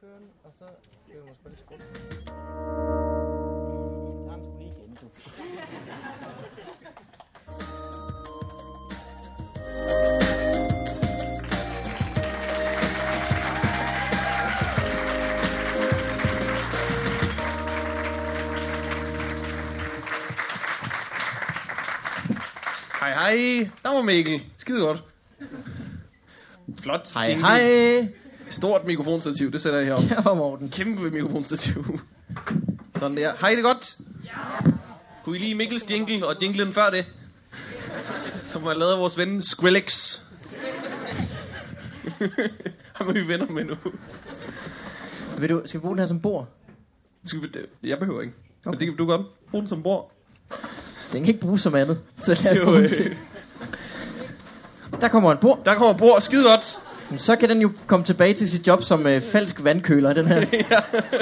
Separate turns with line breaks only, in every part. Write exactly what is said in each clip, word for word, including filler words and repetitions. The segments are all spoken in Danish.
kører den, og så skal vi måske lige skrue. Så har vi lige igen, du.
Hej hej, der var Mikkel. Skide godt. Flot.
Hej hej.
Stort mikrofonstativ, det sætter jeg herom.
Der var Morten.
Kæmpe mikrofonstativ. Sådan der. Hej, det er godt. Kunne I lide Mikkels jingle og jinglen før det? Som har lavet vores ven Skrillex. Ham er vi venner med nu.
Vil du, skal vi bruge den her som bord?
Skal vi, jeg behøver ikke. Okay. Men det kan du godt bruge den som bord.
Den kan ikke bruges som andet. Så lad os bruge den til. Der kommer en bord.
Der kommer et bord. Skide godt.
Så kan den jo komme tilbage til sit job som øh, falsk vandkøler, den her.
Ja.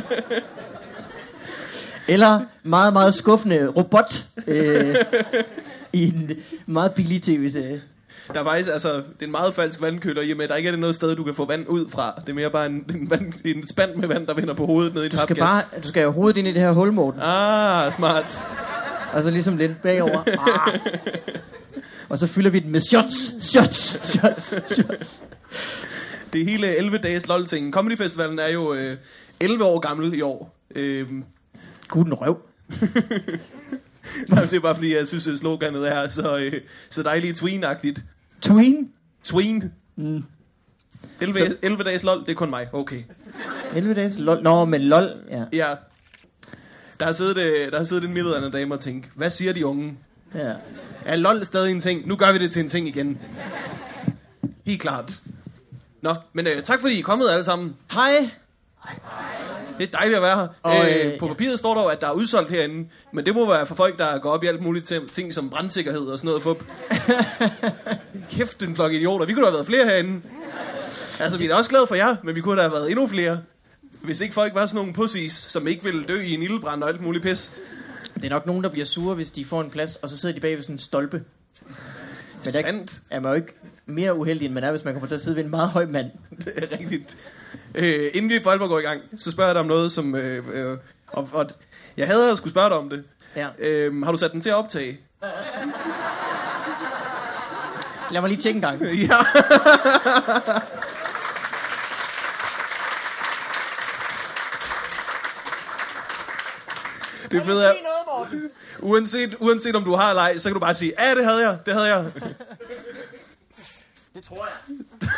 Eller meget, meget skuffende robot øh, i en meget billig tv-serie.
Der er faktisk, altså, det er en meget falsk vandkøler, i og med, at der ikke er noget sted, du kan få vand ud fra. Det er mere bare en, en, vand, en spand med vand, der vender på hovedet ned i et
Du skal
hapgas.
bare, du skal jo hovedet ind i det her hul, Morten.
Ah, smart.
Og så ligesom lidt bagover. Ah. Og så fylder vi den med shots, shots, shots, shots.
Det er hele elleve dages lol-ting. Comedy Festivalen er jo øh, elleve år gammel i år. Øh,
Guden røv.
det er bare fordi, jeg synes, at sloganet er så, øh, så dejligt tween-agtigt.
Tween?
Tween.
Mm.
elleve,
Så...
elleve dages lol, det er kun mig. Okay.
elleve dages lol. Nå, men lol, ja.
Ja. Der har siddet, øh, der har siddet en middelalderne dame og tænkt, hvad siger de unge?
Ja.
Er lol stadig en ting? Nu gør vi det til en ting igen. Helt klart. Nå, men øh, tak fordi I er kommet alle sammen.
Hej.
Det er dejligt at være her.
Og,
øh,
øh,
på papiret står der jo, at der er udsolgt herinde. Men det må være for folk, der går op i alt muligt til, ting som brandsikkerhed og sådan noget. Fup. Kæft, en flok idioter. Vi kunne da have været flere herinde. Altså, vi er da også glade for jer, men vi kunne da have været endnu flere. Hvis ikke folk var sådan nogle pussies, som ikke ville dø i en ildebrand og alt muligt pis.
Det er nok nogen, der bliver sure, hvis de får en plads, og så sidder de bag ved sådan en stolpe. Men der
Sandt.
er man jo ikke mere uheldig, end man er, hvis man kommer til at sidde ved en meget høj mand.
Det er rigtigt. Øh, inden vi for alvor går i gang, så spørger jeg dig om noget, som... Øh, øh, og, og jeg havde at skulle spørge dig om det.
Ja.
Øh, har du sat den til at optage?
Lad mig lige tjekke en gang.
Ja. Det er fedt, at... Uanset, uanset om du har eller ej, så kan du bare sige, ja, det havde jeg, det havde jeg.
Det tror jeg.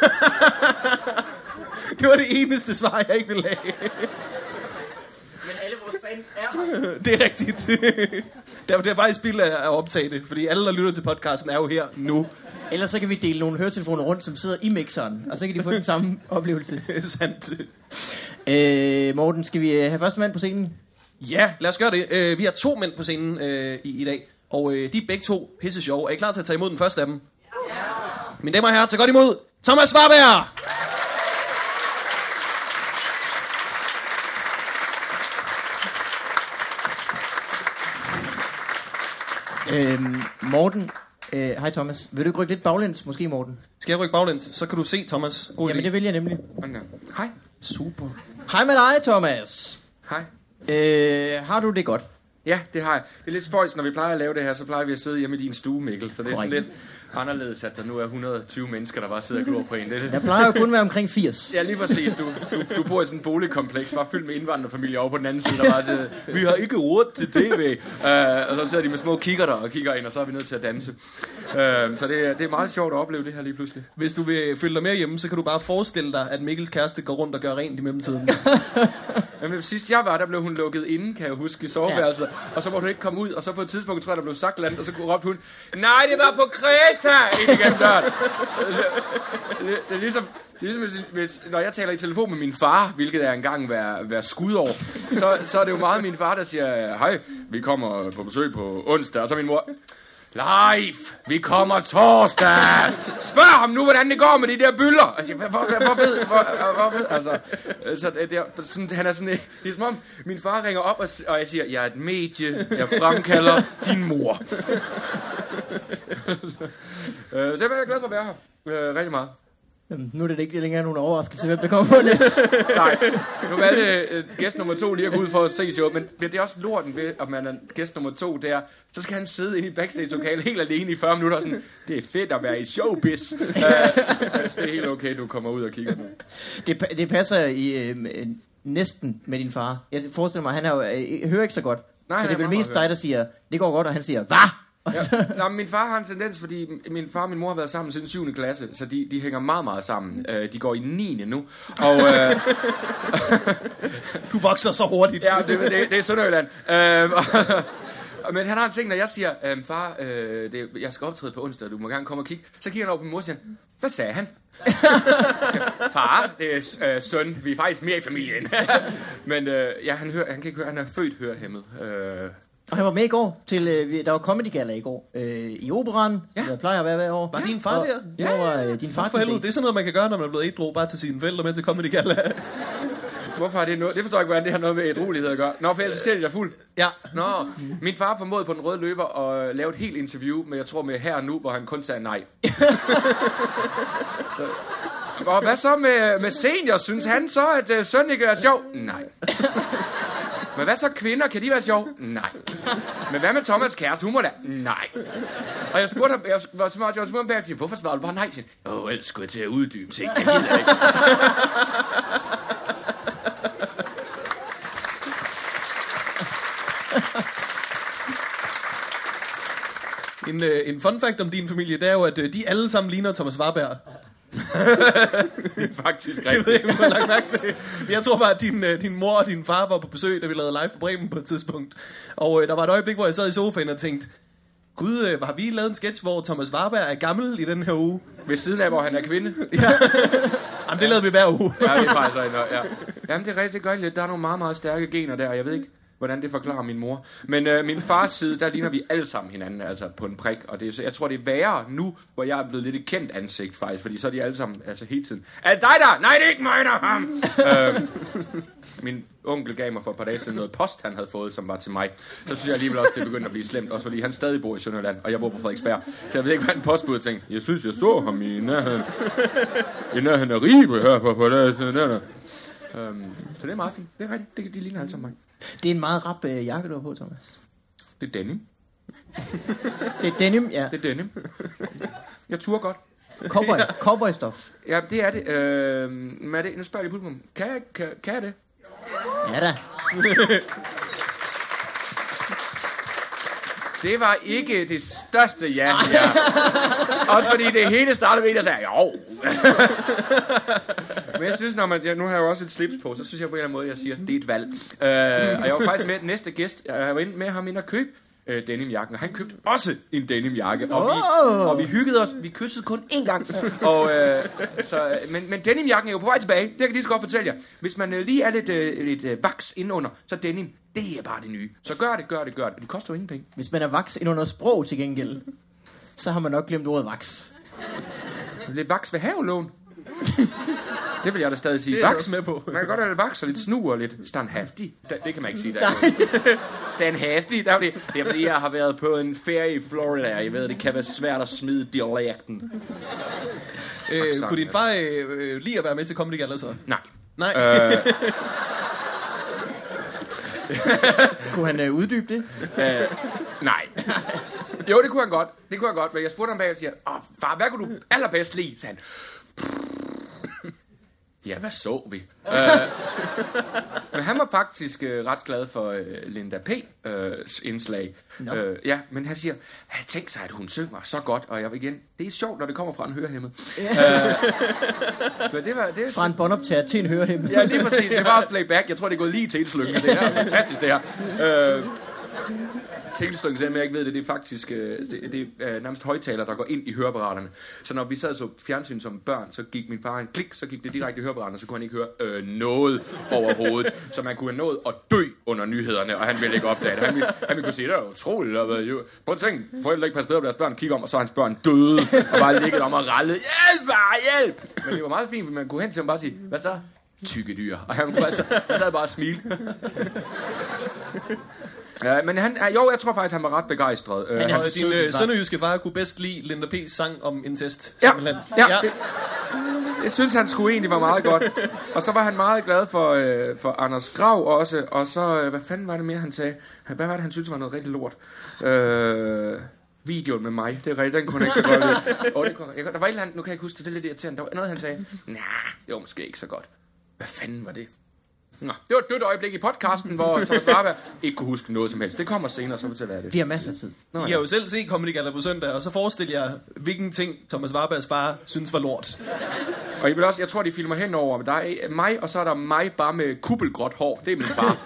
Det var det eneste svar, jeg ikke ville have.
Men alle vores fans er her.
Det er rigtigt. Det er, det er faktisk spild af at optage det, fordi alle, der lytter til podcasten, er jo her nu.
Ellers så kan vi dele nogle høretelefoner rundt, som sidder i mixeren, og så kan de få den samme oplevelse.
Det er sandt.
Øh, Morten, skal vi have første mand på scenen?
Ja, lad os gøre det. Uh, vi har to mænd på scenen uh, i, i dag, og uh, de er begge to pisse sjove. Er I klar til at tage imod den første af dem? Ja. Mine damer og herrer, tag godt imod Thomas Warberg!
Øh, Morten, øh, hej Thomas. Vil du ikke rykke lidt baglæns, måske Morten?
Skal jeg rykke baglæns? Så kan du se Thomas. God
Jamen
idé.
det vil jeg nemlig.
Hej.
Super.
Hej med dig, Thomas.
Hej.
Øh, har du det godt?
Ja, det har jeg. Det er lidt spøjs, når vi plejer at lave det her, så plejer vi at sidde hjemme i din stue, Mikkel. Så det er
Korrekt.
sådan lidt anderledes, at der nu er et hundrede og tyve mennesker, der bare sidder og glor på en. Det er det.
Jeg plejer jo kun at være omkring firs.
Ja, lige præcis. Du, du, du bor i sådan en boligkompleks, bare fyldt med indvandrerfamilier over på den anden side, der bare siger, vi har ikke ord til tv. Uh, og så sidder de med små kigger der og kigger ind, og så er vi nødt til at danse. Uh, så det, er- det er meget sjovt at opleve det her lige pludselig.
Hvis du vil følge dig mere hjemme, så kan du bare forestille dig, at Mikkels kæreste går rundt og gør rent i mellemtiden.
Jamen, sidst jeg var, der blev hun lukket inde, kan jeg huske, i soveværelset. Ja. Og så måtte hun ikke komme ud, og så på et tidspunkt, tror jeg, der blev sagt land, og så råbte hun, nej, det var på Kreta! Ind igennem døren. Altså, det, det er ligesom... Det er ligesom, hvis, hvis, når jeg taler i telefon med min far, hvilket er engang hver, hver skudår, så, så er det jo meget min far, der siger, hej, vi kommer på besøg på onsdag, og så min mor, Leif, vi kommer torsdag. Spørg ham nu, hvordan det går med de der byller. Altså, hvor, hvor, hvor ved, hvor, hvor ved, altså, så det er sådan, han er sådan, det er som om, min far ringer op, og, og jeg siger, jeg er et medie, jeg fremkalder din mor. Så jeg er glad for at være her, rigtig meget.
Jamen, nu er det ikke længere nogen overraskelse, hvem der kommer på næste.
Nej, nu er det uh, gæst nummer to lige at gå ud for at se showet, men det er også lorten ved, at man er gæst nummer to der, så skal han sidde inde i backstage-lokale helt alene i fyrre minutter og sådan, det er fedt at være i showbiz. Uh, så det er helt okay, du kommer ud og kigger nu.
Det, det passer i øh, næsten med din far. Jeg forestiller mig, han er jo, øh, hører ikke så godt. Nej, så det er vel mest dig, der siger, det går godt, og han siger, hvad?
Ja. Nå, min far har en tendens, fordi min far og min mor har været sammen siden syvende klasse, så de, de hænger meget, meget sammen. Uh, de går i niende nu. Og, uh,
du vokser så hurtigt.
Ja, det, det, det er Sønderjylland. Uh, men han har en ting, når jeg siger, uh, far, uh, det, jeg skal optræde på onsdag, du må gerne komme og kigge. Så kigger han over på min mor og siger, hvad sagde han? Far, det er uh, søn, vi er faktisk mere i familien. Men uh, ja, han, hører, han kan ikke høre, han er født hørehæmmet. Uh,
Og han var med i går til, øh, der var Comedy Gala i går, øh, i Operan, ja. Der plejer at være hver år.
Var din far
og,
der?
Ja, var øh, din far.
For helvede, det er sådan noget, man kan gøre, når man er blevet ædru, bare til sine forældre med til Comedy Gala.
Hvorfor er det noget? Det forstår jeg ikke, hvordan det har noget med ædruelighed at gøre. Nå, for ellers ser de dig fuld.
Ja.
Nå, min far formåede på den røde løber at lave et helt interview, men jeg tror med her og nu, hvor han kun sagde nej. Og hvad så med, med senior? Synes han så, at uh, søn ikke er sjov? Nej. Men hvad så kvinder? Kan de være sjov? Nej. Men hvad med Thomas' kæreste? Hun må da? Nej. Og jeg spurgte ham, jeg var smart, jeg var smart bag, hvorfor svarede du bare nej? Åh, oh, ellers skulle jeg til at uddybe ting. Jeg gider ikke.
En, øh, en fun fact om din familie, det er jo, at øh, de alle sammen ligner Thomas Warberg.
Det er faktisk rigtigt.
Det ved jeg ikke, har lagt mærke til. Jeg tror bare, at din, øh, din mor og din far var på besøg, da vi lavede live for Bremen på et tidspunkt. Og øh, der var et øjeblik, hvor jeg sad i sofaen og tænkte, gud, øh, har vi lavet en sketch, hvor Thomas Warberg er gammel i den her uge?
Ved siden af, hvor han er kvinde?
Ja. Jamen, det lavede vi hver uge.
Ja, det er faktisk rigtigt. Ja. Jamen, det er rigtigt, det gør lidt. Der er nogle meget, meget stærke gener der, og jeg ved ikke, hvordan det forklarer min mor. Men øh, min fars side, der ligner vi alle sammen hinanden, altså på en prik. Og det er, jeg tror, det er værre nu, hvor jeg er blevet lidt et kendt ansigt, faktisk. Fordi så er de alle sammen, altså hele tiden. Er det dig der? Nej, det er ikke mig, der ham! øh, min onkel gav mig for et par dage siden noget post, han havde fået, som var til mig. Så synes jeg alligevel også, det begyndte at blive slemt. Også fordi han stadig bor i Sønderjylland, og jeg bor på Frederiksberg. Så jeg ved ikke, hvad en postbud tænkte. Jeg synes, jeg så ham i nærheden. I nærheden af Ribe her på, på det. Øhm, så det er meget fint. Det er rigtigt. Det, de ligner alle sammen mig.
Det er en meget rap øh, jakke, du har på, Thomas.
Det er denim.
Det er denim, ja.
Det er denim. Jeg turer godt.
Cowboy, cowboy-stof.
Ja, det er det. Øh, men er det. Nu spørger jeg publikum. Kan jeg, kan, kan jeg det?
Ja da.
Det var ikke det største ja, ja. Også fordi det hele startede ved, at jeg sagde, jo. Men jeg synes, når man, ja, nu har jeg jo også et slips på, så synes jeg på en eller anden måde, jeg siger, det er et valg. Øh, og jeg var faktisk med næste gæst, jeg var inde med ham ind og købe øh, denimjakken, og han købte også en denimjakke, og vi, oh. og vi hyggede os, vi kyssede kun én gang. Og, øh, så, men, men denimjakken er jo på vej tilbage, det kan jeg lige så godt fortælle jer. Hvis man øh, lige er lidt, øh, lidt øh, vaks indenunder, så denim, det er bare det nye. Så gør det, gør det, gør det. Det koster jo ingen penge.
Hvis man er vaks ind under sprog til gengæld, så har man nok glemt ordet vaks.
Lidt vaks ved havelån. Det vil jeg da stadig sige.
Det er
vaks.
også med på.
Man kan godt have lidt vaks og lidt snu og lidt standhaftig. Det kan man ikke sige. Der standhaftig. Det er, fordi, det er fordi, jeg har været på en ferie i Florida. Jeg ved, det kan være svært at smide dialekten.
Øh, kunne din far øh, lige at være med til Comedy Gala så?
Nej.
Nej.
Øh,
Kunne han øh, uddybe det?
øh, nej. Jo, det kunne han godt. Det kunne han godt. Men jeg spurgte ham bag og siger, åh, far, hvad kunne du allerbedst lide? Så han, ja, hvad så vi? øh, men han var faktisk øh, ret glad for øh, Linda P's øh, indslag. No. Øh, ja, men han siger, tænk sig, at hun synger så godt. Og jeg vil igen, det er sjovt, når det kommer fra en hørehæmmet. Yeah. øh, men det var, det
fra en båndoptager til en hørehæmmet.
Ja, lige præcis. Det var også playback. Jeg tror, det er gået lige til et slynge. Det er fantastisk, det her. Øh, Tilslyngen, selvom jeg ikke ved det, det er faktisk det, det er nærmest højtaler, der går ind i høreapparaterne. Så når vi sad så fjernsyn som børn, så gik min far en klik, så gik det direkte i høreapparaterne, så kunne han ikke høre øh, noget overhovedet. Så man kunne have nået at dø under nyhederne, og han ville ikke opdage det. Han ville, han ville kunne sige, det er utroligt. Prøv at tænke, forældre ikke passer bedre på deres børn, kigger om, og så er hans børn døde, og bare ligget om og rallede, hjælp, far, hjælp! Men det var meget fint, for man kunne hen til ham bare sige, hvad så? Tykke dyr. Og han kunne altså, han havde bare smile. Ja, men han, jo, jeg tror faktisk, han var ret begejstret.
Men altså, din øh, sønderjyske far kunne bedst lide Linda P's sang om incest.
Ja, ja, ja. Det, Det synes han skulle egentlig var meget godt. Og så var han meget glad for, øh, for Anders Grav også. Og så, øh, hvad fanden var det mere, han sagde? Hvad var det, han synes var noget rigtig lort? Øh, videoen med mig, det er rigtigt, den kunne jeg ikke så godt lide. Oh, det kunne, jeg, der var et eller andet, nu kan jeg ikke huske det, det er lidt irriterende. Der var noget, han sagde, nej, det var måske ikke så godt. Hvad fanden var det? Nå, det var et dødt øjeblik i podcasten, hvor Thomas Warberg ikke kunne huske noget som helst. Det kommer senere, så fortæller jeg det.
Vi har masser af tid.
Nå, ja. I har jo selv set Comedy Galla på søndag, og så forestil jer, hvilken ting Thomas Warbergs far synes var lort.
Og jeg vil også, jeg tror, de filmer henover, men der er mig, og så er der mig bare med kuppelgråt hår. Det er min far.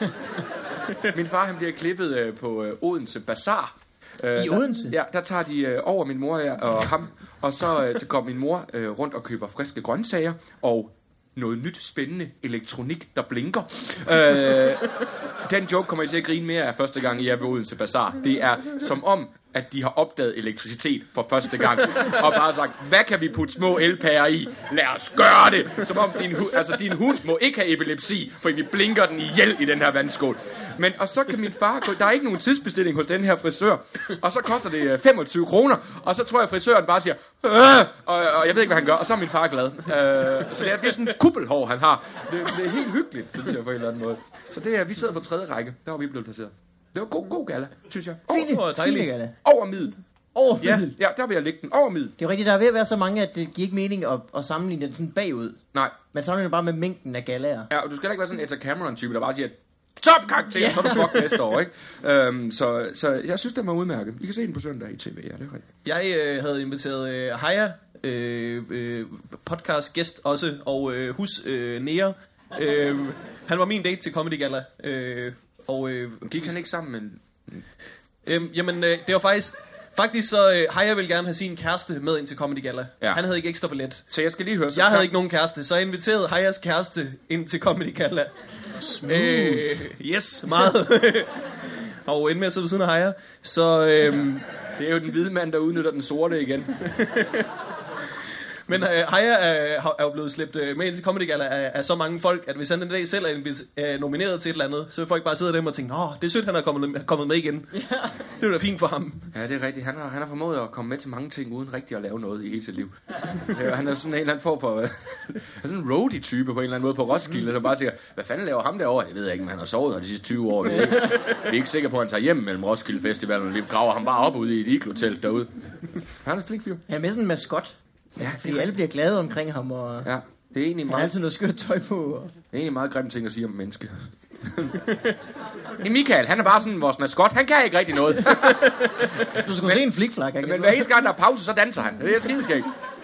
Min far, han bliver klippet øh, på øh, Odense Bazaar.
Øh, I Odense?
Der, ja, der tager de øh, over min mor og, og ham, og så øh, går min mor øh, rundt og køber friske grøntsager, og noget nyt, spændende elektronik, der blinker. Øh, den joke kommer jeg til at grine mere af første gang, I er ved Odense Bazaar. Det er som om, at de har opdaget elektricitet for første gang, og bare sagt, hvad kan vi putte små elpærer i? Lad os gøre det! Som om din, hu- altså, din hund må ikke have epilepsi, for vi blinker den ihjel i den her vandskål. Men, og så kan min far gå, der er ikke nogen tidsbestilling hos den her frisør, og så koster det femogtyve kroner, og så tror jeg, frisøren bare siger, øh! og, og jeg ved ikke, hvad han gør, og så er min far glad. Øh, så det bliver sådan en kuppelhår, han har. Det, det er helt hyggeligt, synes jeg, på en eller anden måde. Så det er, vi sidder på tredje række, der var vi blevet placeret. Det var god, god galla, synes jeg.
Fine, fine galla.
Over middel.
Over middel?
Ja, der vil jeg lægge den. Over middel.
Det er rigtigt, der er ved at være så mange, at det giver ikke mening at, at sammenligne den sådan bagud.
Nej.
Man sammenligner bare med mængden af gallaer.
Ja, og du skal ikke være sådan en Etta Cameron-type, der bare siger, top karakter, yeah. Så er du fuck næste år, ikke? Um, så, så jeg synes, den var udmærket. I kan se den på søndag i tv, ja, det er rigtigt.
Jeg øh, havde inviteret øh, Haya, øh, øh, podcast-gæst også, og øh, hus øh, Nea. Øh, han var min date til Comedy Galla. Øh, og, øh,
Gik han ikke sammen med...
Øh, jamen, øh, det var faktisk... Faktisk så, øh, Haya ville gerne have sin kæreste med ind til Comedy Galla. Ja. Han havde ikke ekstra billet.
Så jeg skal lige høre... Så
jeg havde ikke nogen kæreste, så jeg inviterede Hayas kæreste ind til Comedy Galla.
Smooth.
Øh, yes, meget. Og endte med at sidde ved siden af Haya. Så... Øh,
det er jo den hvide mand, der udnytter den sorte igen.
Men øh, Haya er, er jo blevet slæbt øh, med ind til Comedy Galla af, af så mange folk, at hvis han en dag selv er, er nomineret til et eller andet, så vil folk bare sidde der og tænke, åh, det er sødt, han er kommet, kommet med igen. Ja. Det er da fint for ham.
Ja, det er rigtigt. Han har, han har formået at komme med til mange ting, uden rigtig at lave noget i hele sit liv. Han er sådan en eller anden form for... sådan en roadie-type på en eller anden måde på Roskilde, så bare siger, hvad fanden laver ham derovre? Jeg ved ikke, men han har sovet her de sidste tyve år. Vi er ikke, vi er ikke sikre på, at han tager hjem mellem Roskilde Festivalen, vi graver ham bare op ude i et iglo-telt derude. Han er en flink fyr.
Han er med sådan en maskot. Ja, fordi alle bliver glade omkring ham, og
ja, det er egentlig meget...
han har altid noget skørt tøj på. Og...
Det er egentlig meget grimt ting at sige om menneske. Michael, han er bare sådan vores maskot. Han kan ikke rigtig noget.
Du skal men, se en flikflak.
Men, men hver eneste gang der er pause, så danser han. Det er skideskægt.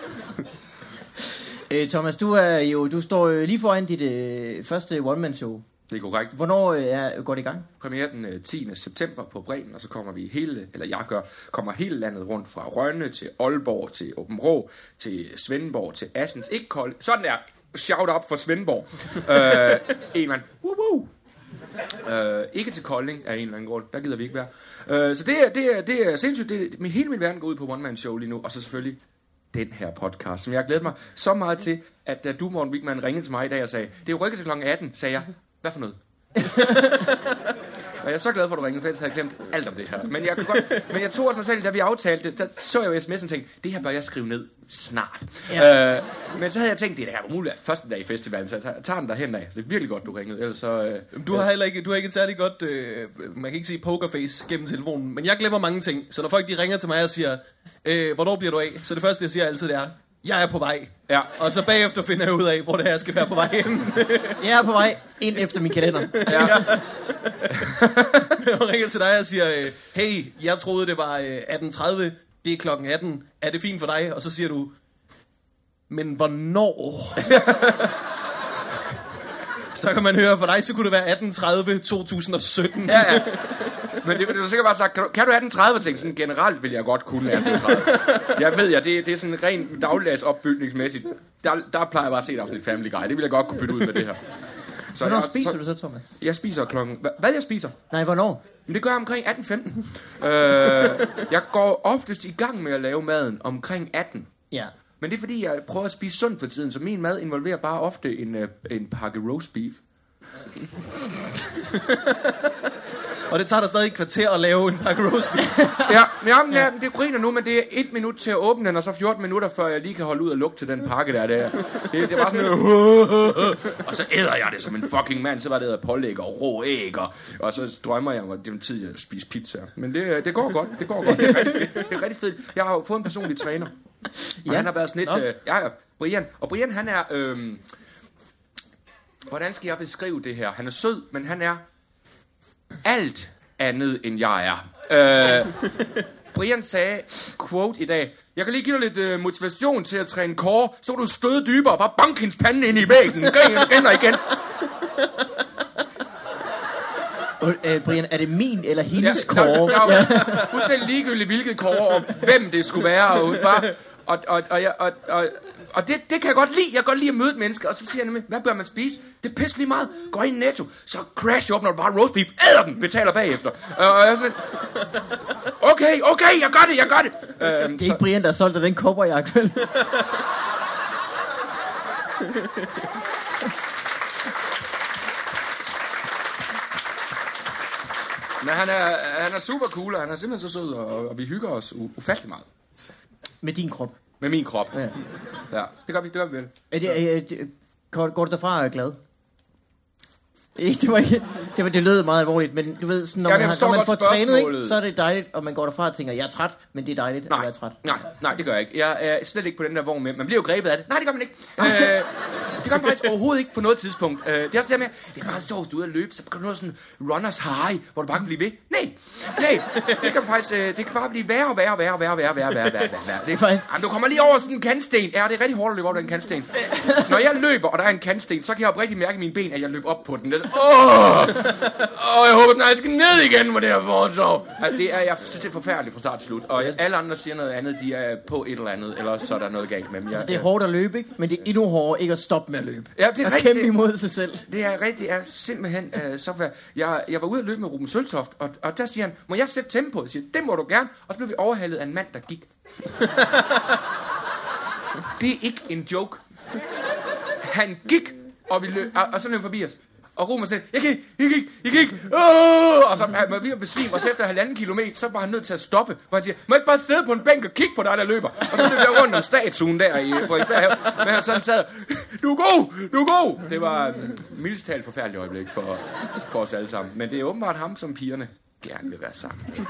øh, Thomas, du er jo du står jo lige foran dit øh, første one-man-show.
Det er korrekt.
Hvornår øh, er, går det i gang?
Premiere den øh, tiende september på Bremen, og så kommer vi hele, eller jeg gør, kommer hele landet rundt fra Rønne til Aalborg, til Aabenraa, til Svendborg, til Assens. Ikke Kold. Sådan der. Shout out for Svendborg. øh, en eller anden. Woo woo. Øh, ikke til Kolding af en eller anden grund. Der gider vi ikke være. Øh, så det er, det er, det er sindssygt. Det er, hele min verden går ud på one-man-show lige nu, og så selvfølgelig den her podcast, som jeg har glædet mig så meget til, at da du, Morten Wigman, ringede til mig i dag og sagde, det er rykket til klokken atten, sagde jeg, hvad for noget? Og jeg er så glad for, at du ringede, for ellers havde jeg glemt alt om det her. Men jeg, godt, men jeg tog også mig selv, da vi aftalte det, der så jeg jo sms'en og tænkte, det her bør jeg skrive ned snart. Ja. Øh, men så havde jeg tænkt, det er da umuligt at første dag i festivalen, så jeg tager den derhen af. Så det er virkelig godt, du ringede. Ellers så, øh,
du har heller ikke, du har ikke et særligt godt, øh, man kan ikke sige pokerface gennem telefonen, men jeg glemmer mange ting. Så når folk de ringer til mig og siger, øh, hvornår bliver du af? Så det første, jeg siger altid, det er, jeg er på vej.
Ja.
Og så bagefter finder jeg ud af, hvor det her skal være på vej hen.
Jeg er på vej ind efter min kalender.
Ja. Jeg ringer til dig og siger, hey, jeg troede det var atten tredive, det er klokken atten, er det fint for dig? Og så siger du, men hvornår? Så kan man høre, for dig så kunne det være atten tredive to tusind og sytten.
Ja, ja. Men det, det er sikkert bare sagt, kan du, kan du atten tredive ting? Sådan generelt vil jeg godt kunne atten tredive. Jeg ved ja, det, det er sådan rent dagligdags opbygningsmæssigt. Der, der plejer jeg bare at se et afsnit Family Guy. Det vil jeg godt kunne bytte ud med det her.
Så hvornår jeg, spiser så, du så, Thomas?
Jeg spiser klokken... Hvad, hvad jeg spiser?
Nej, hvornår?
Men det gør jeg omkring atten femten. øh, jeg går oftest i gang med at lave maden omkring atten.
Ja.
Men det er fordi, jeg prøver at spise sundt for tiden, så min mad involverer bare ofte en, en pakke roast beef.
Og det tager der stadig et kvarter at lave en pakke roast beef.
Ja, jamen, ja, det griner nu, men det er et minut til at åbne den, og så fjorten minutter, før jeg lige kan holde ud og lugte til den pakke der. Det, det, det er bare sådan og så æder jeg det som en fucking mand. Så var det at pålægge og rå æg, og, og så drømmer jeg om, at det er en tid, jeg spiser pizza. Men det, det går godt, det går godt. Det er rigtig, det er rigtig fedt. Jeg har jo fået en personlig træner, og ja. Han har været sådan lidt... Øh, ja, ja, Brian. Og Brian, han er... Øh, hvordan skal jeg beskrive det her? Han er sød, men han er alt andet, end jeg er. Øh, Brian sagde, quote i dag, jeg kan lige give dig lidt øh, motivation til at træne core, så kan du støde dybere og bare banke hendes pande ind i væggen. Igen og igen.
Øh, Brian, er det min eller hendes
ja,
core?
Der, der, der var fuldstændig ligegyldigt, hvilket core og hvem det skulle være. Og bare... Og, og, og, og, og, og det, det kan jeg godt lide. Jeg kan godt lide at møde et menneske. Og så siger jeg nemlig, hvad bør man spise? Det er pisse lige meget. Gå ind i Netto. Så crash op, når du bare roast beef. Æder den. Betaler bagefter. Og, og jeg er sådan, okay, okay, jeg gør det, jeg gør det. Øhm,
det er så... ikke Brian, der har solgt dig den kobberjakke, vel?
Men han er, han er super cool, og han er simpelthen så sød, og, og vi hygger os u- ufattelig meget.
Med din krop.
Med min krop.
Ja,
ja det gør vi, det gør vi vel.
Er det, er det, går, går du derfra og er glad? Det var ikke, det, var, det lød meget alvorligt, men du ved, sådan, når, ja, man, har, når man får trænet, ikke, så er det dejligt, og man går derfra og tænker, jeg er træt, men det er dejligt,
nej,
at jeg er træt.
Nej, nej, det gør jeg ikke. Jeg er slet ikke på den der vogn med. Man bliver jo grebet af det. Nej, det gør man ikke. øh, det gør man faktisk overhovedet ikke på noget tidspunkt. Øh, det er også det med, det er bare sjovt, du er ude at løbe, så kan du noget sådan runners high, hvor du bare kan blive ved. Nej, nej, det kan faktisk, øh, det kan bare blive værre og værre og værre og værre og værre og værre, værre, værre, værre. Det er faktisk... Jamen, du kommer lige over sådan en kantsten. Ja, det er rigtig hårdt at løbe over den kantsten. Når jeg løber, og der er en kantsten, så kan jeg oprigtigt mærke i mine ben, at jeg løber op på den. Åh! Og jeg håber, at jeg skal ned igen med det her forsov. Altså, det er, jeg synes, det er forfærdeligt fra start til slut. Og alle andre siger noget andet, de er på et eller andet, eller så er der noget galt med dem. Jeg,
altså, det er hårdt at løbe, ikke? Men det er endnu hårdere ikke at stoppe med at løbe.
Ja, det er
at
rigtigt.
kæmpe imod sig selv.
Det er rigtigt. Det er simpelthen uh, så færdigt. Jeg, jeg var ude at løbe med Ruben Søltoft, og, og der siger han, må jeg sætte tempoet? Jeg siger, det må du gerne. Og så blev vi overhalet af en mand, der gik. Det er ikke en joke. Han gik, og, vi løb, og, og så løb forbi os. Og Ruben sagde, jeg gik, jeg gik, jeg gik, åh! Og så var vi besvim, og så efter halvanden kilometer, så var han nødt til at stoppe, hvor han siger, må jeg ikke bare sidde på en bænk og kigge på dig, der løber? Og så løb jeg rundt om statuen der i Frederiksberg, men han sådan sad, du er god, du er god! Det var um, mildest talt forfærdeligt øjeblik for, for os alle sammen. Men det er åbenbart ham, som pigerne gerne vil være sammen.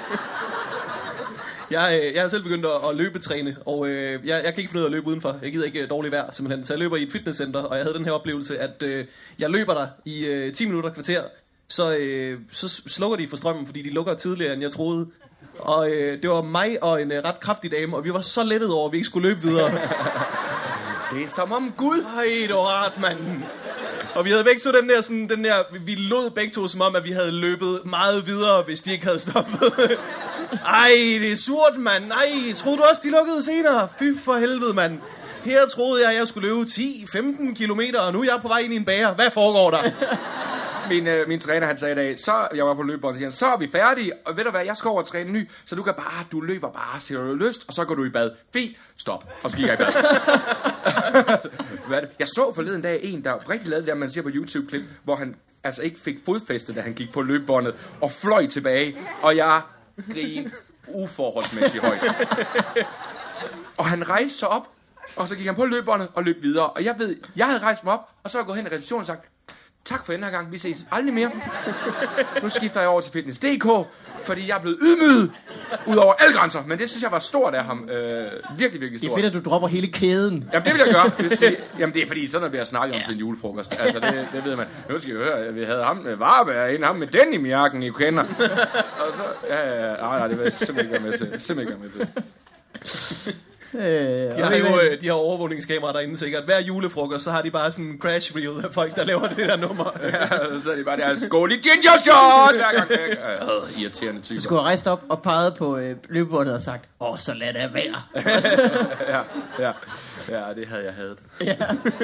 Jeg, øh, jeg har selv begyndt at, at løbetræne, og øh, jeg, jeg kan ikke finde ud af at løbe udenfor. Jeg gider ikke øh, dårligt vejr, simpelthen. Så jeg løber i et fitnesscenter, og jeg havde den her oplevelse, at øh, jeg løber der i øh, ti minutter kvarter, så, øh, så slukker de for strømmen, fordi de lukker tidligere, end jeg troede. Og øh, det var mig og en øh, ret kraftig dame, og vi var så lettet over, at vi ikke skulle løbe videre.
Det er som om Gud.
Ej, det var rart, mand. Og vi havde begge så den der, sådan, den der, vi lod begge to som om, at vi havde løbet meget videre, hvis de ikke havde stoppet. Ej, det er surt, mand. Ej, troede du også, de lukkede senere? Fy for helvede, mand. Her troede jeg, at jeg skulle løbe ti til femten kilometer, og nu er jeg på vej ind i en bager. Hvad foregår der?
Min, øh, min træner, han sagde i dag, så jeg var på løbebåndet, siger han, så er vi færdige, og ved du hvad, jeg skal over og træne ny, så du kan bare, du løber bare, så du lyst, og så går du i bad. Fint, stop, og så gik jeg i bad. Hvad er det? Jeg så forleden dag en, der rigtig lavede det, man ser på YouTube-klip, hvor han altså ikke fik fodfæste, da han gik på løbebåndet, og fløj tilbage, og jeg grin uforholdsmæssigt højt. Og han rejste sig op, og så gik han på løbebåndet og løb videre, og jeg ved, jeg havde rejst mig op, og så havde jeg gået hen i receptionen og sagt, tak for den her gang, vi ses aldrig mere. Nu skifter jeg over til Fitness punktum d k, fordi jeg er blevet ydmyget ud over alle grænser. Men det synes jeg var stort af ham. Øh, virkelig, virkelig stort.
Det er fedt, at du dropper hele kæden.
Jamen, det vil jeg gøre. Det vil sige, jamen, det er fordi, sådan noget bliver jeg snakket om ja. til en julefrokost. Altså, det, det ved man. Nu skal I høre, vi havde ham med Varberg inde, ham med den i mjakken, I kender. Og så, ja, ja, ja, nej, nej, det vil jeg simpelthen ikke være med til. Simpelthen ikke være med til.
De har jo øh, de her overvågningskameraer derinde sikkert. Hver julefrokost, så har de bare sådan en crash reel af folk, der laver det der nummer.
Ja, så er de bare der, skål i ginger shot! Hver gang. Øh, irriterende typer.
Du skulle have rejst op og peget på øh, løbebåndet og sagt, åh, så lad det være.
ja, ja, ja, det havde jeg hadet. Ja.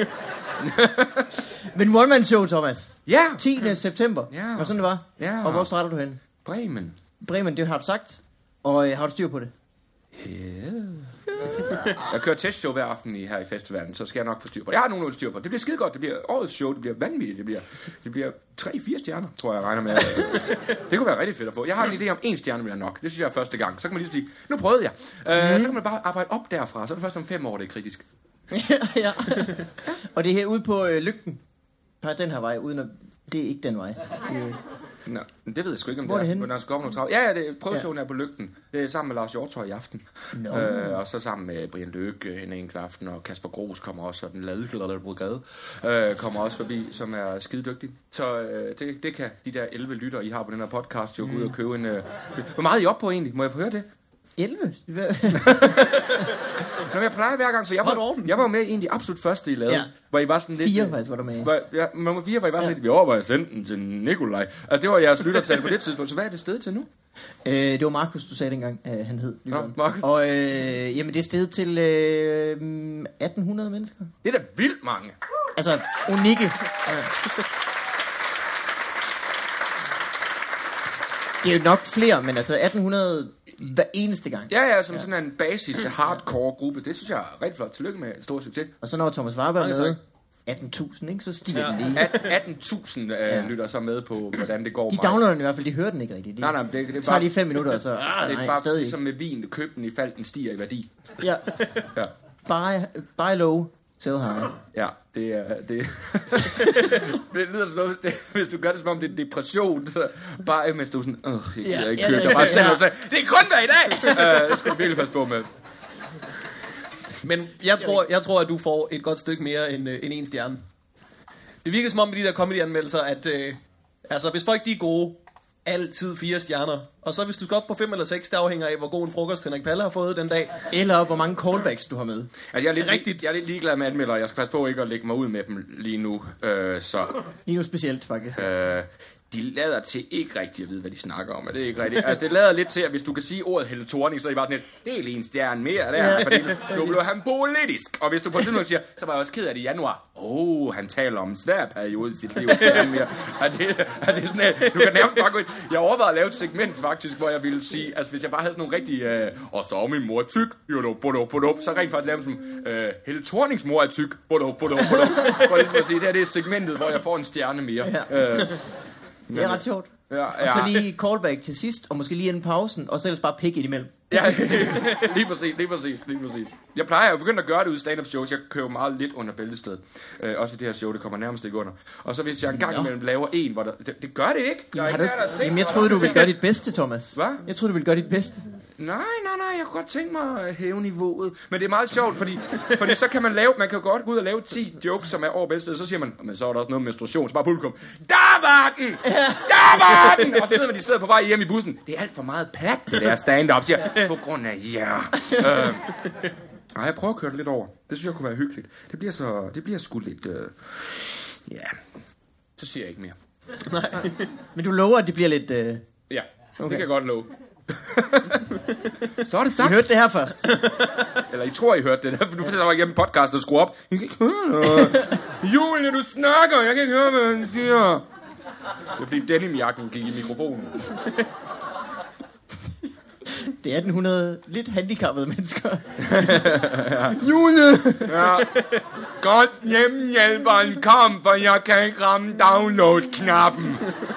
Men one-man-show, Thomas.
Ja.
tiende september.
Ja.
Og sådan det var.
Ja.
Og hvor starter du hen?
Bremen.
Bremen, det har du sagt. Og øh, har du styr på det?
Ja. Yeah. Jeg kører testshow hver aften i, her i festivalen, så skal jeg nok få styr på det. Jeg har nogenlunde styr på det. Det bliver skide godt. Det bliver årets show. Det bliver vanvittigt. Det bliver, det bliver tre fire stjerner, tror jeg, jeg regner med. Det kunne være rigtig fedt at få. Jeg har en idé om en stjerne bliver nok. Det synes jeg er første gang. Så kan man lige sige, nu prøvede jeg. Uh, mm. Så kan man bare arbejde op derfra. Så er det først om fem år, det er kritisk.
Ja. Og det er herude på øh, Lygten. Bare den her vej, uden at... Det er ikke den vej. Øh.
Nå, det ved jeg sgu ikke, om
Hvor
det er.
er det
Når der skal op noget travlt. Ja, ja, det er prøveshowen ja. er på Lygten. Det er sammen med Lars Hjortøj i aften.
No.
Øh, og så sammen med Brian Løkke hen en aften, og Kasper Gros kommer også, og den ladeklæder brigade øh, kommer også forbi, som er skide dygtig. Så øh, det, det kan de der elleve lytter, I har på den her podcast, jo mm. gå ud og købe en... Øh, hvor meget er I op på egentlig? Må jeg få høre det?
elleve?
Nå, jeg plejer hver gang, for jeg var, jeg var med i en af de absolut første, I lavede. Ja. Hvor I var sådan lidt...
Fire faktisk var du med.
Hvor, ja, nummer fire, hvor I var sådan ja. lidt... Vi overvejer sendt den til Nikolaj. Altså, det var jeres lyttertal på det tidspunkt. Så hvad er det sted til nu?
Øh, det var Markus, du sagde dengang, øh, han hed.
Nå, Markus.
Og øh, jamen, det er sted til øh, atten hundrede mennesker.
Det er da vildt mange.
Altså, unikke. Ja. Det er jo nok flere, men altså atten hundrede hver eneste gang.
Ja, ja, som ja. sådan en basis hardcore gruppe. Det synes jeg er rigtig flot. Tillykke med stor succes.
Og så når Thomas Warberg med atten tusind, ikke? Så stiger ja. den lige.
atten tusind øh, ja. lytter så med på, hvordan det går.
De downloader den i hvert fald, de hører den ikke rigtigt. De,
nej, nej, det, det er bare...
Så har de fem minutter, og så...
Ah, det er nej, bare stadig. Ligesom med vin, køb den i fald, den stiger i værdi.
Ja. ja. Buy, buy low, sell high.
Ja, det er... Det, det lyder sådan noget, det, hvis du gør det som om det er depression, så bare mens du er sådan... Åh, jeg gider ikke købe. Jeg bare selv og sagde, det er kun hver i dag! uh, det skal du virkelig passe på med.
Men jeg tror, jeg tror, at du får et godt stykke mere end, øh, end en stjerne. Det virker som om med de der comedy-anmeldelser, at øh, altså, hvis folk de er gode, altid fire stjerner. Og så hvis du skal op på fem eller seks, det afhænger af, hvor god en frokost Henrik Palle har fået den dag.
Eller hvor mange callbacks du har med.
Altså, jeg, er lidt, rigtigt. jeg er lidt ligeglad med anmeldere. Jeg skal passe på ikke at lægge mig ud med dem lige nu. Øh, så,
lige nu specielt, faktisk.
Øh, de lader til ikke rigtig at vide, hvad de snakker om. Er det ikke rigtigt? Altså, det lader lidt til, at hvis du kan sige ordet Helle Thorning, så er I bare sådan et, det er lige en stjerne mere der, ja. Fordi nu bliver han politisk. Og hvis du på et tidspunkt siger, så var jeg også ked af det i januar. Åh, oh, han taler om en svær periode i sit liv. Mere. Er det, er det sådan, at du kan nærmest bare gå ind. Jeg overvejede at lave et segment faktisk, hvor jeg ville sige, altså hvis jeg bare havde sådan nogle rigtige, øh, og så er min mor tyk, jo, bodo, bodo, så rent faktisk lave som, øh, Helle Thornings mor er tyk, bodo, bodo, bodo. For ligesom at sige, det her det er segmentet, hvor jeg får en stjerne mere. Ja. Øh,
Det er ret sjovt.
Ja, ja.
Og så lige callback til sidst, og måske lige inden pausen, og så ellers bare pick imellem.
Ja, lige præcis, lige præcis, lige præcis. Jeg plejer jo begyndt at gøre det ud i stand-up shows. Jeg kører meget lidt under bæltestedet. Øh, også i det her show, det kommer nærmest ikke under. Og så hvis jeg en gang imellem laver en, hvor der... Det, det gør det ikke. Jeg,
jamen, ikke du, jamen, jeg troede, du ville gøre dit bedste, Thomas.
Hvad?
Jeg troede, du ville gøre dit bedste.
Nej, nej, nej, jeg kunne godt tænke mig at hæve niveauet. Men det er meget sjovt, fordi, fordi så kan man lave... Man kan jo godt gå ud og lave ti jokes, som er over bæltestedet. Så siger man, men så er der også noget med menstruation. Så bare publikum. Der var den! Der var den! Og så ved man, de sidder på vej hjem i bussen. Det er alt for meget plat, det der stand-up, siger på grund af ja. øh. Ej, jeg prøver at køre det lidt over. Det synes jeg kunne være hyggeligt. Det bliver så... Det bliver sgu lidt... Øh, ja... Så siger jeg ikke mere.
Nej. Men du lover, at det bliver lidt... Øh...
Ja, okay. Det kan jeg godt love. Så er det sagt.
I hørte det her først.
Eller I tror, I hørte det. For du fortæller mig igennem podcasten og skruer op. Jeg kan ikke høre noget. Julie, du snakker. Jeg kan ikke høre, hvad han siger. Det er fordi denimjakken gik i mikrofonen.
Det er atten hundrede lidt handicappede mennesker.
Ja. Julie! Ja. Godt hjemmehjælperen kom, for jeg kan ikke ramme download-knappen.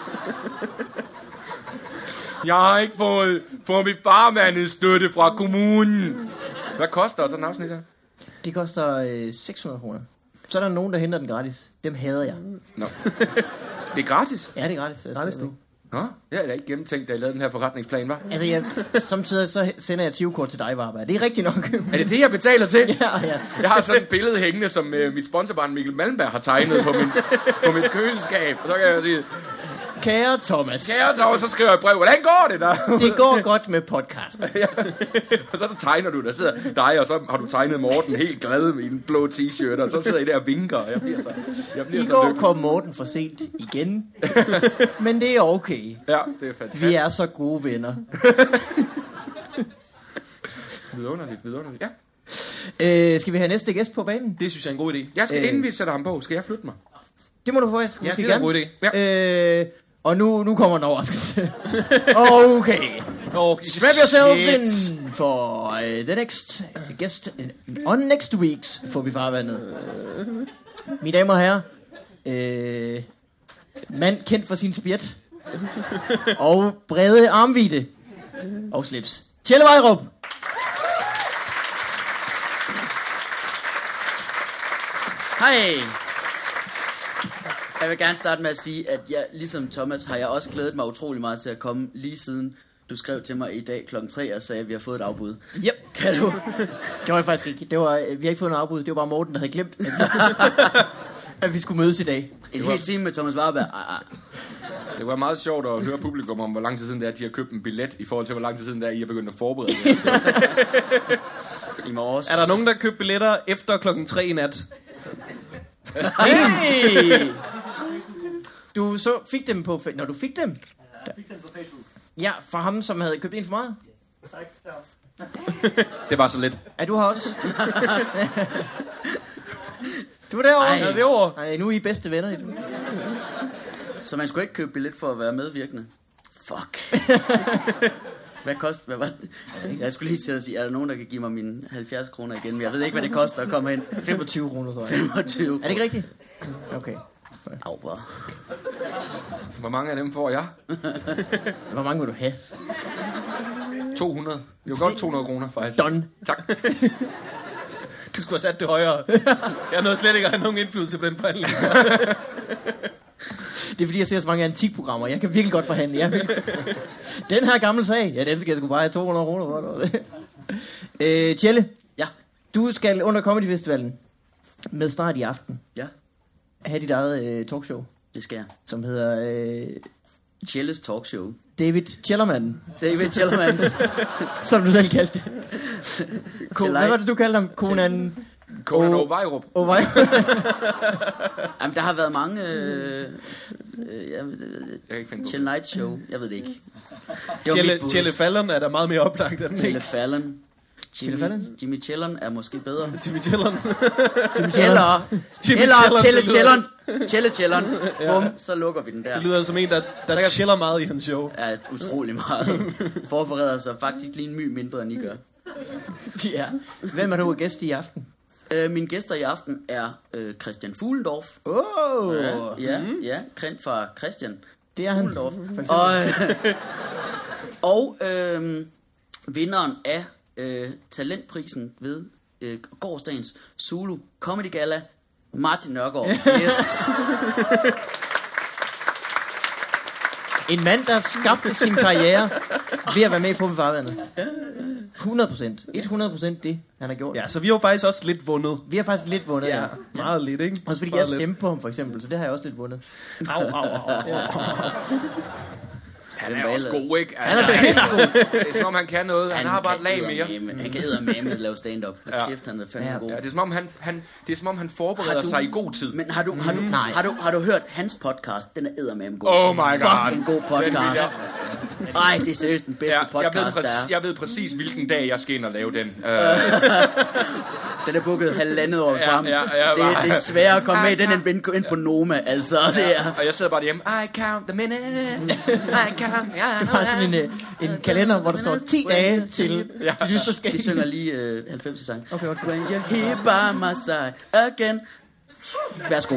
Jeg har ikke fået, fået mit farvandet støtte fra kommunen. Hvad koster sådan en afsnit her?
Det koster øh, seks hundrede kroner. Så er der nogen, der henter den gratis. Dem hader jeg.
Nå. Det er gratis?
Ja, det er gratis.
Gratis, du? Nå, jeg har da ikke gennemtænkt, da jeg lavede den her forretningsplan, hva'?
Altså, jeg, samtidig så sender jeg tyve kort til dig, Varberg. Det er rigtigt nok.
Er det det, jeg betaler til?
Ja, ja.
Jeg har sådan et billede hængende, som uh, mit sponsorbarn Mikkel Malmberg har tegnet på, min, på mit køleskab. Og så kan jeg sige...
Kære Thomas.
Kære Thomas, så skriver jeg et brev. Hvordan går det der?
Det går godt med podcasten.
Ja. Og så der tegner du, der sidder dig, og så har du tegnet Morten helt glad med en blå t-shirt, og så sidder I der og vinker, og jeg bliver så jeg bliver
I går kom Morten for sent igen. Men det er okay.
Ja, det er fantastisk.
Vi er så gode venner.
Vidunderligt, vidunderligt, ja.
Øh, skal vi have næste gæst på banen?
Det synes jeg er en god idé.
Jeg skal, øh, inden vi sætter ham på, skal jeg flytte mig?
Det må du få, jeg skal
ja,
måske
det er
gerne.
en god idé.
Ja. Øh, og nu, nu kommer en overraskelse. Okay.
Okay.
Strap yourselves in for uh, the next guest on next week's Fobi Farvandet. Mine damer og herrer, øh, mand kendt for sin spjæt og brede armvidde og slips. Tjelle Vejrup.
Hej. Jeg vil gerne starte med at sige, at jeg, ligesom Thomas, har jeg også glædet mig utrolig meget til at komme lige siden du skrev til mig i dag klokken tre og sagde, at vi har fået et afbud.
Yep.
Kan du?
Det var jeg faktisk ikke. Det var, vi har ikke fået noget afbud. Det var bare Morten, der havde glemt, at vi, at vi skulle mødes i dag.
En hel time med Thomas Warberg. Ah, ah.
Det var meget sjovt at høre publikum om, hvor lang tid siden det er, at de har købt en billet, i forhold til, hvor lang tid siden det er, I har begyndt at forberede det.
I morges.
Er der nogen, der købte billetter efter klokken tre i nat?
Hey! Du så fik dem på... Når du fik dem?
Jeg fik den på Facebook.
Ja, fra ham, som havde købt en for meget?
Tak.
Det var så lidt.
Ja, du har også. Du var derovre.
Ej.
Ja, derovre. Ej, nu er I bedste venner. I
Så man skulle ikke købe billet for at være medvirkende? Fuck. Hvad koster... Hvad var det? Jeg skulle lige til at sige, er der nogen, der kan give mig mine halvfjerds kroner igen? Men jeg ved ikke, hvad det koster at komme ind.
femogtyve kroner, tror jeg.
femogtyve.
Er det ikke rigtigt? Okay.
Au, hvor.
Hvor mange af dem får jeg?
Hvor mange vil du have?
to hundrede. Det var godt to hundrede kroner, faktisk.
Done.
Tak.
Du skulle have sat det højere. Jeg nåede slet ikke at have nogen indflydelse på den forhandling.
Det er fordi, jeg ser så mange antikprogrammer. Jeg kan virkelig godt forhandle. Jeg vil... Den her gamle sag, ja, den skal jeg sgu bare have to hundrede kroner for. øh, Tjelle,
Ja.
du skal under Comedy Festivalen med start i aften
Ja,
have dit eget øh, talkshow,
det skal jeg.
som hedder øh,
Tjelles talkshow.
David Tjellerman,
David Tjellermans.
som du selv kaldte det. Ko-
Tjellej.
Hvad var det, du kaldte ham? Konan...
Conan
Og-
O'Vejrup.
Oh, hvad?
Jamen, der har været mange... Øh, øh, jeg ved,
Jeg kan ikke finde på
Chill Night Show. Jeg ved det ikke. Det var
Tjelle,
mit bud.
Tjelle Fallon er der meget mere oplagt af den,
Tjelle
ikke?
Fallon.
Tjelle Fallon?
Jimmy, Jimmy Chillon er måske bedre.
Jimmy Tjellon.
Eller,
Jimmy
eller
Chillon,
Tjelle
det lyder-
Chillon. Tjelle Chillon. Bum, så lukker vi den der.
Det lyder som en, der, der
kan-
chiller meget i hans show.
Ja, utrolig meget. Forbereder sig faktisk lige en my mindre, end I gør.
Ja. Hvem er du gæst i aften?
Øh, mine gæster i aften er øh, Christian Fuglendorf.
Åh,
Ja, ja, ja. Krent fra Christian
det er han.
Fuglendorf.
For eksempel.
Og, øh, og øh, vinderen af øh, talentprisen ved øh, gårsdagens Zulu Comedy Gala, Martin Nørgaard.
Yes.
En mand, der skabte sin karriere ved at være med i Fobi Farvandet. hundrede procent. hundrede procent det, han har gjort.
Ja, så vi har jo faktisk også lidt vundet.
Vi har faktisk lidt vundet.
Ja,
Ja.
meget lidt, ikke?
Også fordi
Meget
jeg stemte på ham, for eksempel. Så det har jeg også lidt vundet.
Au, au, au, au.
Han
Hvem
er
var
også
ellers?
god, ikke?
Han
Altså,
er
det er som om, han kan noget. Han, har bare et lag mere.
eddermame- Han kan eddermame lave stand-up.
Ja.
Ja. Kæft, han er fandme
Ja.
god.
Ja, det er som om, han, han, det er, som om, han forbereder
Har du-
sig i god tid.
Men har du, har, du,
Nej.
har, du, har du hørt hans podcast? Den er eddermame god.
Oh my god.
Fuck en god
Den vil
podcast.
jeg-
Ej, det er seriøst den bedste
Ja, jeg, ved
podcast, der
præcis,
er.
jeg ved præcis, hvilken dag jeg skal ind og lave den. Uh,
Den er booket halvandet år
Ja,
frem.
ja, ja,
det,
bare-
det er sværere at komme med i
I
den end ind- ind på Noma. Altså, det er...
og jeg sidder bare derhjemme. I count the minutes. I count.
Du har sådan en, øh, en kalender, hvor der står ti dage til
Ja.
de lyser skal.
Vi synger lige øh, halvfems sang.
Okay, okay.
When you're here by my side again. Værsgo.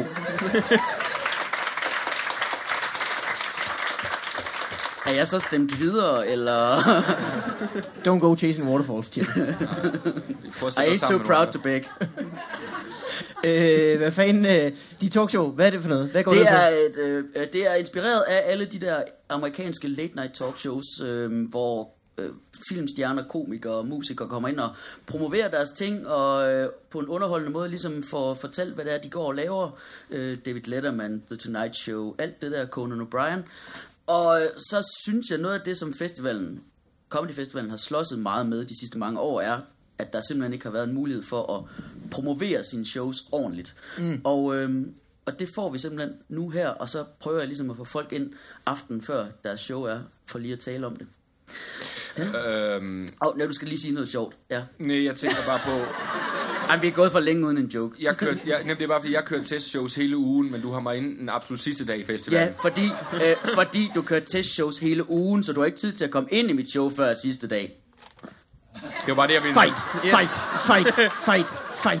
Er jeg så stemt videre, eller...
Don't go chasing waterfalls, Tjelle.
Prøv at
I
sætte dig
ain't so
sammen,
proud
Roland.
to beg.
øh, hvad fanden, øh, de talkshow, hvad er det for noget? Hvad går
Det
det
er,
på?
et, øh, det er inspireret af alle de der amerikanske late night talkshows, øh, hvor øh, filmstjerner, komikere og musikere kommer ind og promoverer deres ting, og øh, på en underholdende måde ligesom får fortalt, hvad det er, de går og laver. Øh, David Letterman, The Tonight Show, alt det der, Conan O'Brien. Og øh, så synes jeg, noget af det, som festivalen, Comedy Festivalen har slåsset meget med de sidste mange år, er, at der simpelthen ikke har været en mulighed for at promovere sine shows ordentligt. Mm. Og, øhm, og det får vi simpelthen nu her, og så prøver jeg ligesom at få folk ind aften før deres show er, for lige at tale om det.
Øhm,
Og nej, du skal lige sige noget sjovt. Ja.
nej, jeg tænker bare på...
Ej, vi er gået for længe uden en joke.
Jeg kørte, jeg, nemlig det er bare fordi, jeg kørte testshows hele ugen, men du har mig inde den absolut sidste dag i festivalen.
Ja, fordi, øh, fordi du kører testshows hele ugen, så du har ikke tid til at komme ind i mit show før sidste dag.
var bare det, jeg ville.
Fight,
Yes.
fight, fight, fight, fight.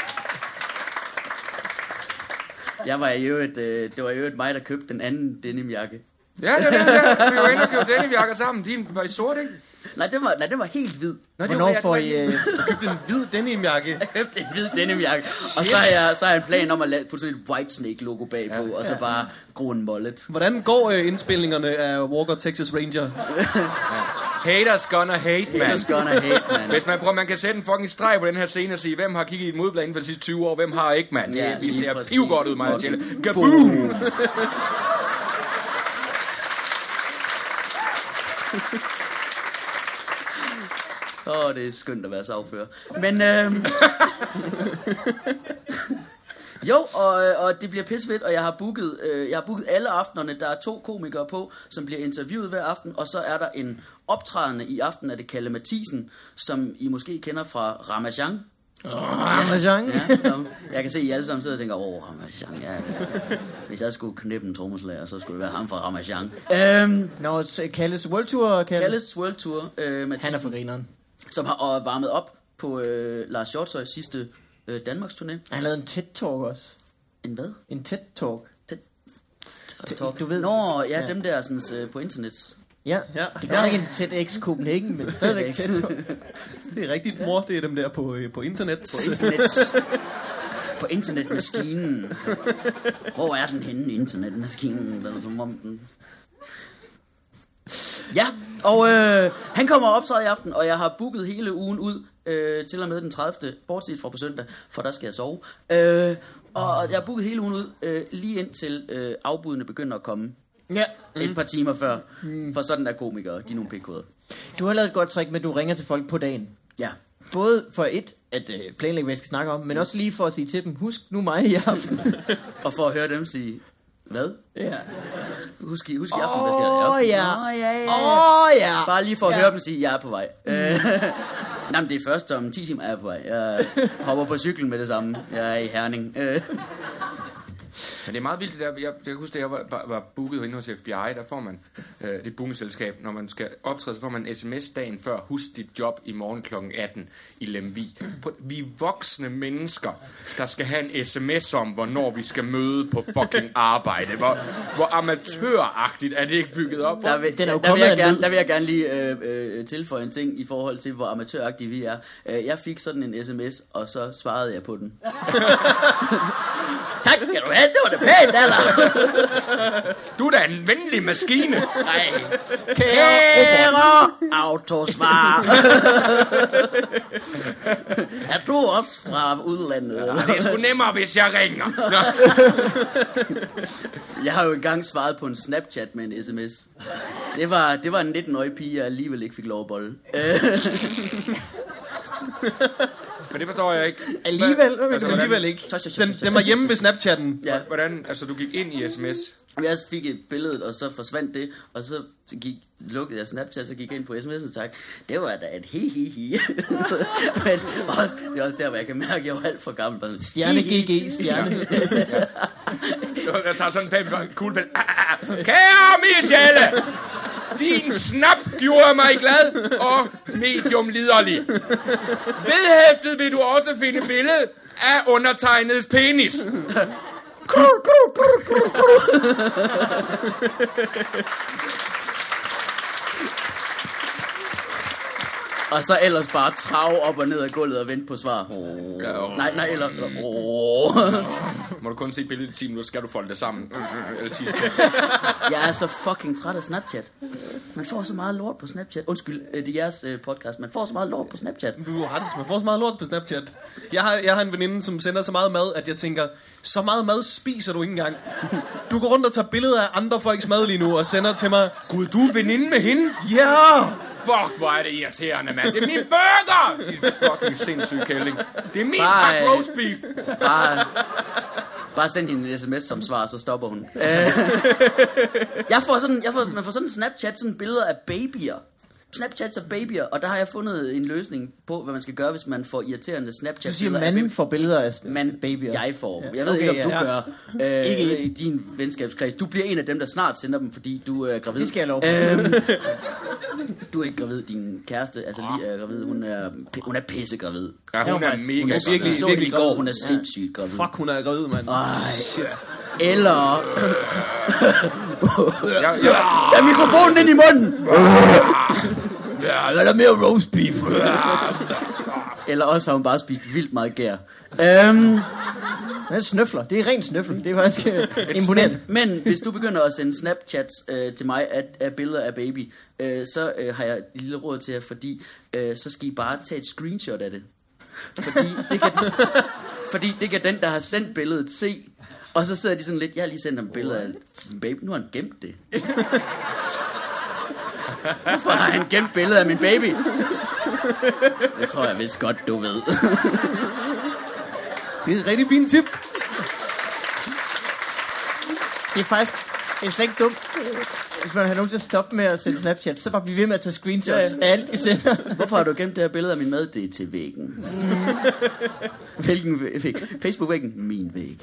Jeg var i øvrigt, øh, det var i øvrigt mig, der købte den anden denimjakke.
Ja, det var det, jeg sagde. Vi var inde og købte denimjakker sammen. Din var i sort, ikke?
Nej, den var, nej, den var helt hvid.
Nå, det
Hvornår
var,
får
jeg,
I...
det var,
Øh,
Du købte en hvid denimjakke.
Jeg købte en hvid denimjakke, og så har jeg, så har jeg en plan om at lave, putte sådan et Whitesnake logo bagpå, ja. Og så bare gro en mullet.
Hvordan går øh, indspilningerne af Walker Texas Ranger?
Haters gonna hate, man.
Haters gonna hate, man.
Hvis man prøver, man kan sætte en fucking streg på den her scene og sige, hvem har kigget i et modblad inden for de sidste tyve år, hvem har ikke, mand.
Ja,
Det, vi
lige
ser
præcis.
piv godt ud, mig og Tjelle.
Boom.
Kaboom!
Åh, oh, det er skønt at være sagfører. Men, øhm... jo, og, og det bliver pissefedt, og jeg har booket, øh, jeg har booket alle aftenerne. Der er to komikere på, som bliver interviewet hver aften, og så er der en optrædende i aften af det Kalle Mathisen, som I måske kender fra Ramazan.
Ramazan.
Ja, som jeg kan se, at I alle sammen sidder og tænker, åh, Ramazan, ja, ja. Hvis jeg skulle knippe en trommeslager, så skulle det være ham fra Ramazan. Øhm,
Nå, t- Kalles World Tour, Kalle.
Kalles World Tour, øh, Mathisen,
Han er for grineren.
som har og varmet op på øh, Lars Hjortshøjs sidste øh, Danmarks turné.
Han lavede en TED-talk også.
En hvad?
En TED-talk.
Talk.
Du ved-
Nå, ja,
Ja.
dem der sådan, øh, på internet.
Ja,
Ja.
det gør ikke en TEDx Copenhagen, men stadigvæk TED-talk.
Det er rigtigt, mor. Det er dem der på, øh, på internet.
På internet. På internetmaskinen. Hvor er den henne, internetmaskinen? Hvad er det, som om den... Ja, og øh, han kommer og optræder i aften, og jeg har booket hele ugen ud øh, til og med den tredivte bortset fra på søndag, for der skal jeg sove. Øh, og jeg har booket hele ugen ud, øh, lige indtil øh, afbudene begynder at komme.
Ja.
Et par timer før, for sådan er komikere, de er nogle pikkoder.
Du har lavet et godt trick med, at du ringer til folk på dagen.
Ja.
Både for et, at øh, planlægge, hvad jeg skal snakke om, men også lige for at sige til dem, husk nu mig i aften.
Og for at høre dem sige, hvad?
Ja.
Husk i, husk i aften, hvad skal der i
Åh
aften?
ja.
Åh ja, ja.
Åh ja.
Bare lige for at
Ja.
høre dem sige, jeg er på vej. Mm. Nej, men det er først om ti timer, jeg er på vej. Jeg hopper på cyklen med det samme. Jeg er i Herning. Øh.
Men det er meget vildt, det der. Jeg, jeg kan huske, da jeg var, var, var booket inde hos F B I, der får man øh, det bookingselskab, når man skal optræde, så får man en sms dagen før, husk dit job i morgen klokken atten i Lemvig. Vi er voksne mennesker, der skal have en sms om, hvornår vi skal møde på fucking arbejde. Hvor, hvor amatøragtigt er det ikke bygget op?
Der vil,
Den er jo
der, der, vil
kommet
jeg
af
gerne,
lyd.
der vil jeg gerne lige øh, øh, tilføje en ting i forhold til, hvor amatøragtige vi er. Øh, jeg fik sådan en sms, og så svarede jeg på den. Tak, kan du have? Det var det pænt, eller?
Du er da en venlig maskine.
Nej. Kære autosvar. Er du også fra udlandet?
Ja, det er sgu nemmere, hvis jeg ringer. Nå.
Jeg har jo engang svaret på en Snapchat med en sms. Det var, det var en nitten-årig pige, jeg alligevel ikke fik lov at bolle. Øh.
Men det forstår jeg ikke.
Alligevel, hvad,
Altså,
altså,
hvordan-
alligevel ikke.
Så, så, så,
Den,
så,
den var hjemme ved Snapchatten.
Ja.
Hvordan, altså du gik ind i sms.
Jeg fik et billede, og så forsvandt det, og så gik, lukkede jeg Snapchat, så gik jeg ind på sms'en og sagde, det var da et hi-hi-hi. Men også, det er også der, hvor jeg kan mærke, at jeg var alt for gammel. Bare sådan,
Stjerne G G, stjerne.
Jeg tager sådan en pæn kuglepen. Ah, ah, ah. Kære Michelle! Din snap gjorde mig glad og medium liderlig. Vedhæftet vil du også finde billede af undertegnets penis.
Og så ellers bare trave op og ned ad gulvet og vente på svar. Oh.
Ja,
Nej, nej, eller... Oh.
Må du kun se billedet i ti minutter, skal du folde det sammen. Eller ti.
Jeg er så fucking træt af Snapchat. Man får så meget lort på Snapchat. Undskyld, det er jeres øh, podcast. Man får så meget lort på Snapchat.
Du har ret, man får så meget lort på Snapchat. Jeg har, jeg har en veninde, som sender så meget mad, at jeg tænker, så meget mad spiser du ikke engang. Du går rundt og tager billeder af andre folks mad lige nu og sender til mig.
Gud, du er veninde med hende?
Ja! Yeah!
Fuck, hvor er det irriterende, mand. Det er min burger! Din fucking sindssyge kælling. Det er min
Bye.
pakke roast beef.
Bare, bare send hende en sms som svar, så stopper hun. Øh, jeg får sådan, jeg får, man får sådan en Snapchat, sådan billeder af babyer. Snapchats af babyer, og der har jeg fundet en løsning på, hvad man skal gøre, hvis man får irriterende Snapchat.
Du siger, manden får billeder af
Man,
babyer.
jeg får. Jeg ved
Okay,
ikke, om du
ja.
gør. Øh,
Ikke et.
i din venskabskreds. Du bliver en af dem, der snart sender dem, fordi du er gravid.
Det skal jeg love for.
Øhm, Du er ikke gravid, din kæreste, altså lige er gravid, hun er, hun er pissegravid.
Ja, hun er mega
Hun er
virkelig-
så
virkelig
i går, hun er sindssygt gravid.
Fuck, hun er gravid, mand.
Ej,
Shit.
eller...
Jeg, jeg,
Tag mikrofonen ind i munden! Ja, lad der mere roast beef. Eller også har hun bare spist vildt meget gær. Øhm,
Den snøfler. Det er ren snøffel. Det er faktisk øh, imponerende.
men hvis du begynder at sende Snapchats øh, til mig af, af billeder af baby, øh, så øh, har jeg et lille råd til jer, fordi øh, så skal I bare tage et screenshot af det. Fordi det kan, fordi det kan den, der har sendt billedet, se. Og så sidder de sådan lidt, jeg har lige sendt ham billeder af sin baby, nu har han gemt det. Hvorfor har han gemt billedet af min baby? Det tror jeg vist godt, du ved.
Det er et rigtig fint tip.
Det er faktisk det er slet ikke dumt. Hvis man har nogen til at stoppe med at sende Snapchat, så bare blive ved med at tage screenshots
Ja, ja.
af alt, I sender.
Hvorfor har du gemt det her billede af min mad? Det er til væggen. Hvilken væg? Facebook-væggen? Min væg.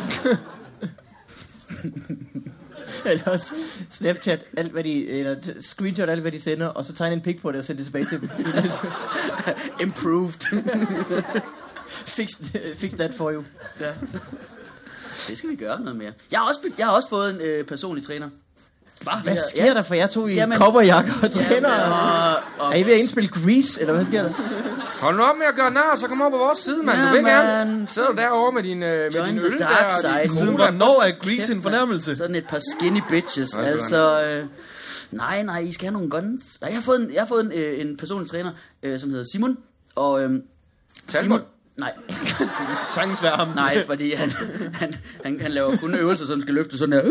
Eller også Snapchat, alt hvad de, eller t- screenshot alt hvad de sender, og så tegne en pik på det og sende det tilbage til dem.
Improved.
fix, fix that for you.
Ja. Det skal vi gøre noget mere. Jeg har også, jeg har også fået en øh, personlig træner.
Hvad sker der for jer to i
Jamen-
cowboyjakker og træner?
og, og,
Er I ved at indspille Grease, eller hvad sker der?
hold nu op med at gøre nar, så kom over på vores side, mand.
Ja,
Du vil gerne.
man.
Sidder du derovre med din, øh, med
Join
din
the
øl
dark
der?
side.
Din
Siden
cola.
hvornår er Grease en fornærmelse?
Sådan et par skinny bitches.
Nej, det er
Altså, øh, nej, nej, I skal have nogle guns. Nej, jeg har fået en, jeg har fået en, øh, en personlig træner, øh, som hedder Simon. Og øh,
Talbot?
nej,
Du kan sagtens være ham.
nej, fordi han, han, han, han laver kun øvelser, som skal løfte sådan her.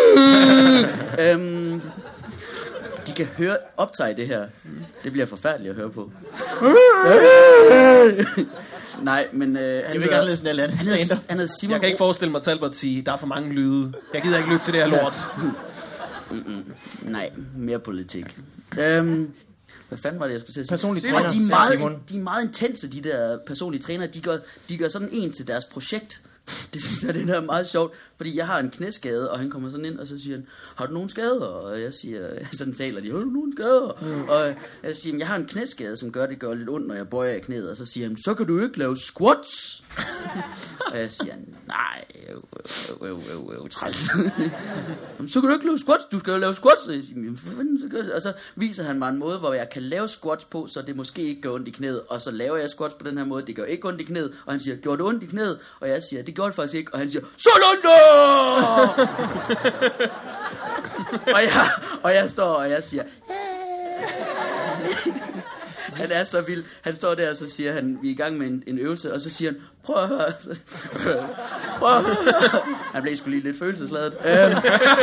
øhm, de kan høre, optage det her. Det bliver forfærdeligt at høre på. Nej, men... Øh, han
Det er jo ikke
hedder-
anderledes end alle andre
Han hedder,
stand-up.
han hedder Simon.
Jeg kan ikke forestille mig, at Talbot sige, der er for mange lyde. Jeg gider ikke lytte til det her lort.
Nej, mere politik. Øhm, hvad fanden var det, jeg skulle til at sige?
Personlig
Simon,
træner,
de er,
siger
meget,
Simon.
de er meget intense, de der personlige trænere. De gør, de gør sådan en til deres projekt. Det synes jeg, det er meget sjovt. Fordi jeg har en knæskade, og han kommer sådan ind, og så siger han, har du nogen skader? Og jeg siger, sådan taler de, har du nogen skader? Mm. Og jeg siger, jeg har en knæskade, som gør, det gør lidt ondt, når jeg bøjer i knæet. Og så siger han, så kan du ikke lave squats. Og jeg siger, nej, øv, øv, øv, øv, øv, træls. Så kan du ikke lave squats, du skal jo lave squats. Og, jeg siger, "Jamen, hvad fanden, så gør jeg det?" Og så viser han mig en måde, hvor jeg kan lave squats på, så det måske ikke gør ondt i knæet. Og så laver jeg squats på den her måde, det gør ikke ondt i knæet. Og han siger, gjorde det ondt i knæet? Og jeg siger, det gjorde det faktisk ikke. Og han siger, sådan der! og, jeg, og jeg står, og jeg siger, han er så vild. Han står der, og så siger han, vi er i gang med en, en øvelse, og så siger han, prøv at høre. Prøv at høre. Han blev sgu lige lidt følelsesladet. Øhm.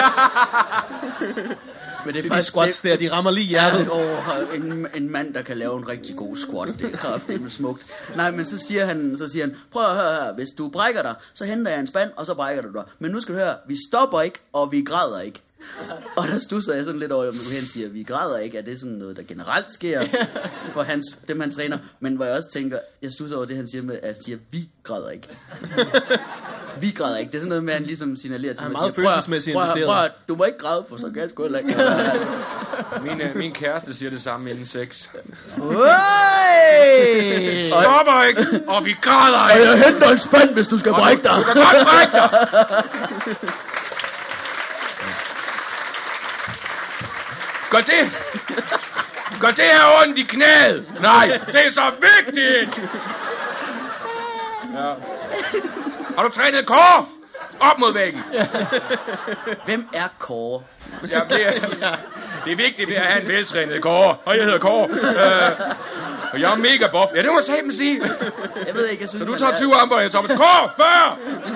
Men det er
De
faktisk
squats der, de rammer lige hjertet.
Oh, en, en mand, der kan lave en rigtig god squat, det er kraftedeme smukt. Nej, men så siger han, så siger han, prøv at høre her, hvis du brækker dig, så henter jeg en spand, og så brækker du dig. Men nu skal du høre, vi stopper ikke, og vi græder ikke. Og der stusser jeg sådan lidt over, når han siger, vi græder ikke, er det sådan noget, der generelt sker for hans, dem han træner. Men hvor jeg også tænker, jeg stusser over det, han siger med, at han siger, vi græder ikke. Vi græder ikke. Det er sådan noget med, at han ligesom signalerer til
Han er
mig.
meget
siger, "Prøv at-
følelsesmæssigt
prøv at-
investeret."
prøv at- Du må ikke græde, for så kan jeg sgu heller ikke.
Min, øh, min kæreste siger det samme inden sex.
Hey!
Stopper ikke, og vi græder
Og
ikke.
jeg henter en spand, hvis du skal brække dig.
Du kan godt brække dig. Gør det. Gør det her ondt i knæet. Nej, det er så vigtigt. Ja. Har du trænet core? Op mod væggen.
Hvem er Kåre?
Ja, det, er, det er vigtigt ved at have en veltrænet core. Og jeg hedder Kåre. Øh, og jeg er mega buff. Ja, det må jeg sammen sige.
Jeg ved ikke, jeg synes,
Så du
man
tager
er-
tyve armbøjer, Thomas. Kåre, fyrre!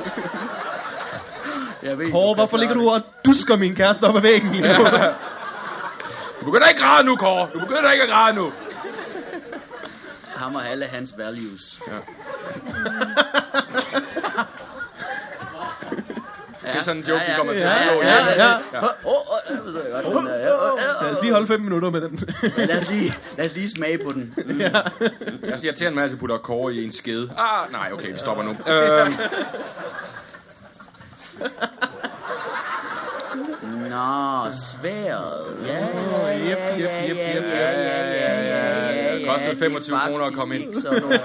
Jeg ved,
Kåre, hvorfor ligger du og dusker min kæreste op ad væggen lige nu?
Du begynder ikke at græde nu, Kåre. Du begynder ikke at græde nu.
Ham og alle hans values. Ja.
Det er sådan en joke, de kommer til at
ja,
stå i.
ja, ja,
ja.
Åh, åh, åh, det ved jeg godt, den der, ja. Åh, åh,
Lad os lige holde fem minutter med den.
ja, lad os lige, lad os lige smage på den. Mm.
Jeg siger til en masse, putter Kåre i en skede. Ah, nej, okay, vi stopper nu. Øh,
Nå, sværet. Ja, ja,
Jep,
ja,
jep,
ja,
jep,
ja,
jep.
ja, ja, ja, ja, ja.
Det kostede
Det er
femogtyve kroner at komme ind.
faktisk ikke sådan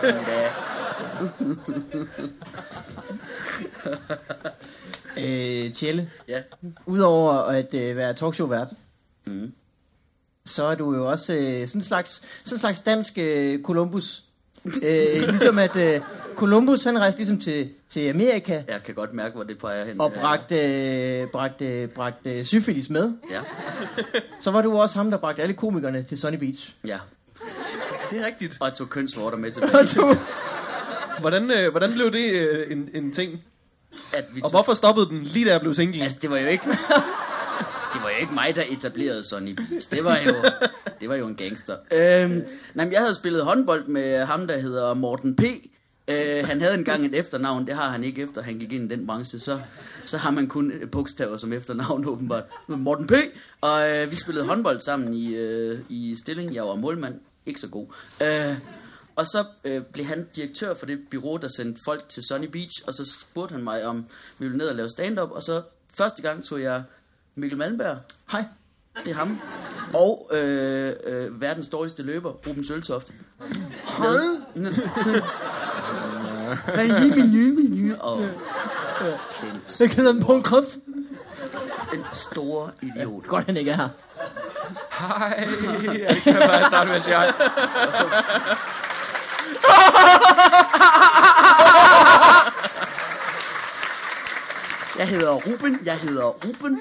noget,
Øh, Tjelle,
ja.
udover at øh, være talkshow-vært,
Mm.
så er du jo også øh, sådan en slags, sådan en slags dansk øh, Columbus. øh, ligesom at øh, Columbus, han rejste ligesom til, til Amerika
Jeg kan godt mærke, hvor det peger hen.
og bragte, øh, bragte, bragte syfilis med.
Ja,
Så var du også ham, der bragte alle komikerne til Sunny Beach.
ja.
Det er rigtigt.
Og jeg tog kønsvorter med tilbage.
Og du,
Hvordan, øh, hvordan blev det øh, en, en ting?
At vi
Og
tog...
hvorfor stoppede den lige da jeg blev single?
Altså, det var jo ikke... Det var jo ikke mig, der etablerede Sunny Beach. Det var jo, det var jo en gangster. Øhm, nej, men jeg havde spillet håndbold med ham, der hedder Morten P. Øh, han havde engang et efternavn. Det har han ikke efter, han gik ind i den branche. Så, så har man kun bogstaver som efternavn, åbenbart. Morten P. Og øh, vi spillede håndbold sammen i, øh, i Stilling. Jeg var målmand. Ikke så god. Øh, og så øh, blev han direktør for det bureau, der sendte folk til Sunny Beach. Og så spurgte han mig, om vi ville ned og lave stand-up. Og så første gang tog jeg Mikkel Malmberg. Hej. Det er ham. Og øh, øh, verdens dårligste løber, Ruben Søltoft.
hold.
Og
Så kalder den på en krop.
en stor idiot.
Godt, han ikke er her.
Hej. Jeg er ikke sådan, at jeg starter med at sige hej.
Jeg hedder Ruben. Jeg hedder Ruben.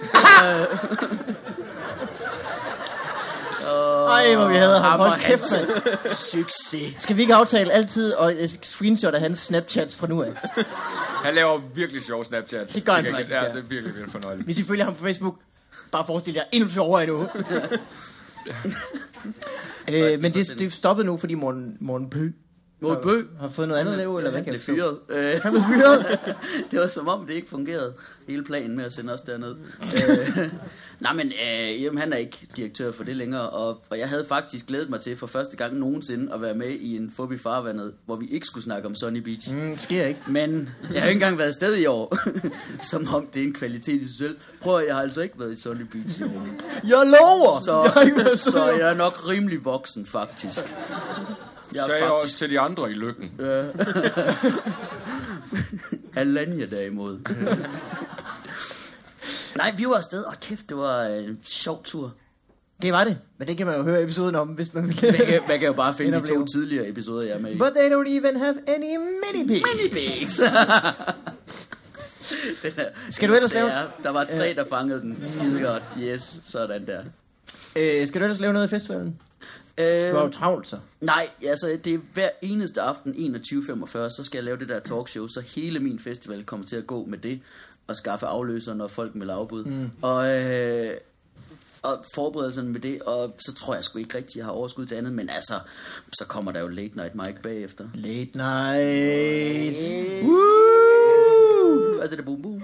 Ej, hvor vi havde ham.
Ham og
Hold kæft,
hans
mand.
succes.
Skal vi ikke aftale altid og øh, screenshot af hans Snapchats fra nu af?
Han laver virkelig sjove Snapchats.
Det gør han
Jeg kan-
faktisk,
Ja,
ja.
det er virkelig, virkelig fornøjeligt.
Hvis I følger ham på Facebook, bare forestil jer endnu sjovere endnu. øh, men det, det stoppede nu, fordi Morten, Morten Pø
Mod Bø.
har fået noget andet at lave, eller hvad
Han
kan
blev
jeg forstå?
fyret. Øh,
Han blev fyret.
Det var som om, det ikke fungerede. Hele planen med at sende os derned. øh, nej, men øh, jamen, han er ikke direktør for det længere. Og, og jeg havde faktisk glædet mig til for første gang nogensinde at være med i en Fubi Farvandet, hvor vi ikke skulle snakke om Sunny Beach.
Mm, det sker ikke.
Men jeg har ikke engang været afsted i år. Som om det er en kvalitet i sig selv. Prøv at jeg har altså ikke været i Sunny Beach i år.
Jeg lover!
Så,
Jeg har ikke været
så jeg er nok rimelig voksen, faktisk. Jeg
Sagde
er
også
faktisk
til de andre i lykken.
Alanya derimod. Nej, vi var afsted. Åh, kæft, det var en sjov tur.
Det var det, men det kan man jo høre episoden om, hvis man vil.
Man kan, man kan jo bare finde de
Indopleve.
to tidligere episoder, jeg er med i.
But they don't even have any mini pig.
Mini-pigs. Den er-
Skal du ellers
den er-
lave-
Der var tre, der fangede den. Skide godt. Yes, sådan der.
Øh, skal du ellers lave noget i festivalen?
Øh,
Du har jo travlt, så.
nej, altså det er hver eneste aften enogtyve femogfyrre, så skal jeg lave det der talkshow, så hele min festival kommer til at gå med det, og skaffe afløser, når folk melder afbud. Mm. Og, øh, og forberedelserne med det, og så tror jeg sgu ikke rigtigt, jeg har overskud til andet, men altså, så kommer der jo Late Night Mike bagefter.
Late night.
Woo! Altså det boom boom.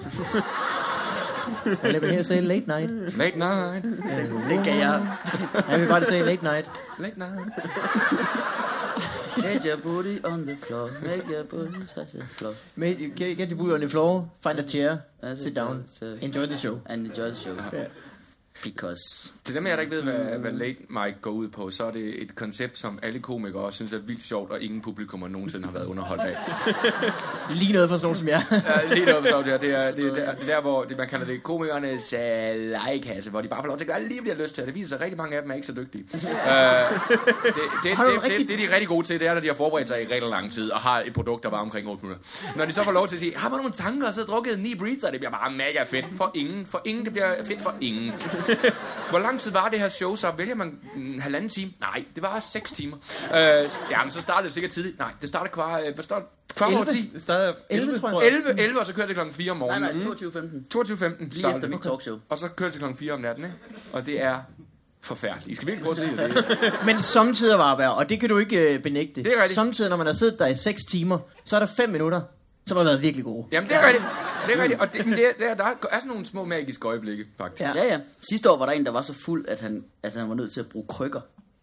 Jeg lader her sige late night.
Late night.
Det kan jeg.
Jeg vil bare sige late night.
Late night.
Get your booty on the floor, make your booty touch the floor.
Mate, get, get your booty on the floor, find a chair,
Altså,
sit down,
så-
enjoy the show.
And enjoy the show.
Ja.
Because...
Til dem, jeg der ikke ved, hvad, hvad Late Mike går ud på, så er det et koncept, som alle komikere synes er vildt sjovt, og ingen publikummer nogensinde har været underholdt af.
Lige noget for sådan nogen som jeg.
Ja, lige noget så det, det, er, det, er der, det er der, hvor det, man kalder det komikernes uh, legekasse, hvor de bare får lov til at gøre lige, hvad de har lyst til. Og det viser sig, at rigtig mange af dem er ikke så dygtige. Uh, det, det, det,
Har du
det,
rigtig-
det, det, de er rigtig gode til, det er, når de har forberedt sig i rigtig lang tid, og har et produkt, der var omkring otte minutter. Når de så får lov til at sige, har man nogle tanker, og så drukket ni breather, det bliver bare mega fedt for ingen. For ingen, det bliver fedt for ingen. Hvor lang tid var det her show, så vælger man en halvanden time? Nej, det var seks timer. Øh, jamen, så startede det sikkert tidligt. Nej, det startede kvart, øh, hvad startede? Kvart over ti.
Det starter
elleve, tror jeg.
elleve, elleve, og så kørte det klokken fire om
Nej,
morgenen.
nej, toogtyve femten.
toogtyve femten
Lige
startede
efter
det.
mit talkshow.
Og så kørte det til klokken fire om natten, ikke? Og det er forfærdeligt. I skal virkelig prøve at se det. Det er-
Men samtidig var det, og det kan du ikke øh, benægte.
Det er rigtigt.
Samtidig, når man har siddet der i seks timer, så er der fem minutter, som har været virkelig gode.
Jamen, det er rigtigt. Det er rigtigt. Og det, men det er, der, der er sådan nogle små magiske øjeblikke, faktisk.
Ja.
Ja, ja. Sidste år var der en, der var så fuld, at han, at han var nødt til at bruge krykker.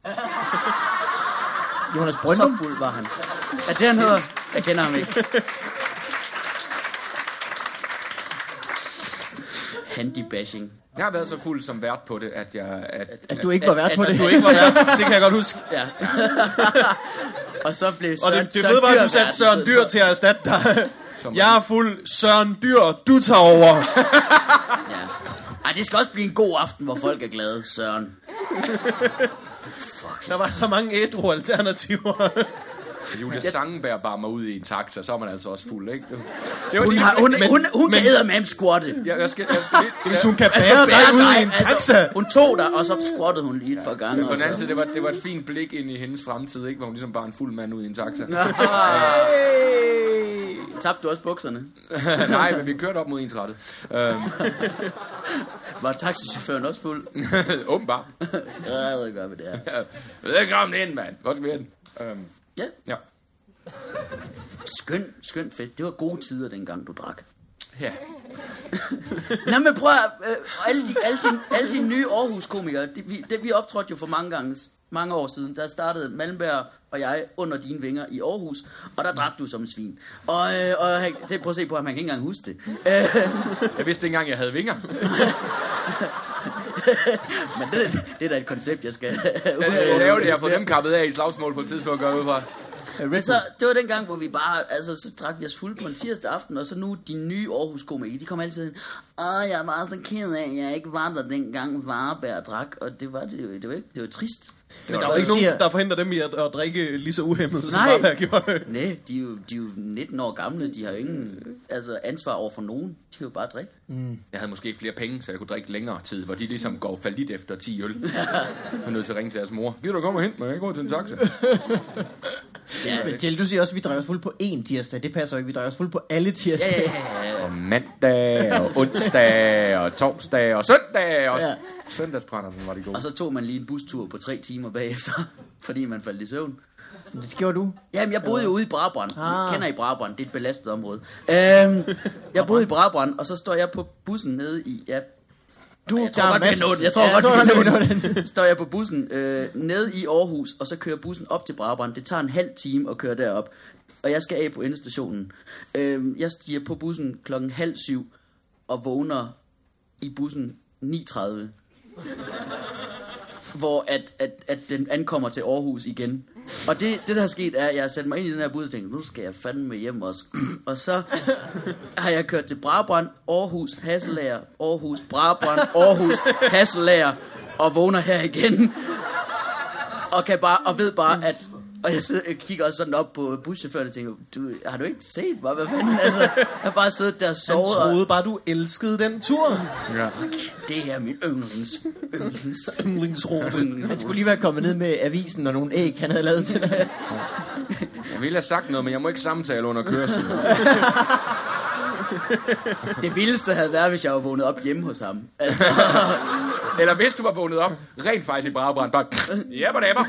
Jonas
Så
Brøndum.
fuld var han. Er det, han hedder? Jeg kender ham ikke. handy-bashing.
Jeg har været så fuld som vært på det, at jeg... At,
At du ikke var vært
at-
på
at
det.
Du ikke var vært, det kan jeg godt huske.
Ja. Og så blev
Og
Søren,
det, det
Søren
ved bare,
Dyr
at du satte
vært.
Søren Dyr til at erstatte dig.
Som-
Jeg er fuld. Søren Dyr, du tager over.
Ja. Ej, det skal også blive en god aften, hvor folk er glade, Søren.
Der var så mange ædru alternativer.
Julia Sangenberg bare mig ud i en taxa, så er man altså også fuld, ikke? Det, det var
Hun,
de-
har, hun,
men-
hun, hun, hun kan
men-
eddermame squatte.
Jeg, jeg skal, jeg skal lige...
Hvis hun kan
Altså,
bære dig
bære
ud
dig,
i en
altså,
taxa.
hun tog dig, og så squattede hun lige et par gange.
Men på
og
den anden
så-
side, det var, det var et fint blik ind i hendes fremtid, ikke? Hvor hun ligesom bare er en fuld mand ud i en taxa.
Tabte du også bukserne?
Nej, men vi kørte op mod ensrettet. Øhm,
Var taxichaufføren også fuld?
åbenbart.
Jeg ved godt, hvad det er.
Velkommen ind, mand. Godt skal vi ind. Øhm,
Ja,
ja.
skøn, skøn fest. Det var gode tider, dengang du drak.
Ja.
Nå, men prøv at, øh, alle, de, alle, de, alle de nye Aarhus-komikere, de, vi, det, vi optrådte jo for mange gange, mange år siden. Der startede Malmberg og jeg under dine vinger i Aarhus, og der drak du som en svin. Og, øh, og han- det, prøv at se på, at man kan ikke engang huske det. Øh,
Jeg vidste ikke engang, jeg havde vinger.
men det, det er da et koncept, jeg skal...
Jeg lavede det, jeg har fået dem kappet af i slagsmål på et tidspunkt, gør jeg ud fra.
Men så, det var den gang, hvor vi bare, altså, så drak vi os fuld på en tirsdag aften, og så nu, de nye Aarhus-komikere, de kom altid ind, åh, jeg var så ked af, at jeg ikke var der dengang Vareberg drak, og det var det jo, det var ikke, det var trist.
Men der er jo ikke nogen, der forhindrer dem i at, at drikke lige så uhæmmet, som
Nej.
Barberg gjorde.
Nej, de er, jo, de er jo nitten år gamle, de har jo ingen altså, ansvar over for nogen, de kan jo bare drikke.
Jeg havde måske flere penge, så jeg kunne drikke længere tid, hvor de ligesom går fallit efter ti øl. Jeg er nødt til at ringe til deres mor. Gider du komme og hente mig? Jeg går til en taxa.
Ja,
Men Jelle, du siger også, at vi drejer os fuld på én tirsdag. Det passer ikke. Vi drejer os fuld på alle tirsdage.
ja, ja, ja.
Og mandag, og onsdag, og torsdag, og søndag. Og
Ja.
ja. Søndagsbrænderne var de gode.
Og så tog man lige en bustur på tre timer bagefter, fordi man faldt i søvn.
Det gjorde du.
Jamen, jeg boede jo ude i Brabrand.
Ah.
Kender I Brabrand? Det er et belastet område. Øhm, jeg boede i Brabrand, og så står jeg på bussen nede i... Ja,
Du,
jeg tror godt, vi kan nå den. Jeg tror
Ja,
godt, vi
jeg
kan
tror,
nå
vi
den. Står jeg på bussen øh, nede i Aarhus, og så kører bussen op til Brabrand. Det tager en halv time at køre derop. Og jeg skal af på endestationen. Øh, jeg stiger på bussen klokken halv syv, og vågner i bussen ni tredive. Hvor at, at, at den ankommer til Aarhus igen. Og det, det der er sket er, at jeg har sat mig ind i den her bus og tænkt, nu skal jeg fandme hjem også. Og så har jeg kørt til Brabrand, Aarhus, Hasselager, Aarhus, Brabrand, Aarhus, Hasselager, og vågner her igen. Og, kan bare, og ved bare, at... Og jeg, sidder, jeg kigger også sådan op på buschaufføren og tænker, du, har du ikke set mig? Hvad fanden? Altså, jeg har bare siddet der og
Han
sovet. Og,
troede bare, du elskede den tur.
Ja.
det er min yndlings, yndlings,
Yndlingsrute.
Han skulle lige være kommet ned med avisen og nogle æg, han havde lavet til dig.
Jeg ville have sagt noget, men jeg må ikke samtale under kørsel.
Det vildeste havde været, hvis jeg var vågnet op hjemme hos ham. Altså,
Eller hvis du var vågnet op, rent faktisk i Brabrand, bare... Jabba dabba.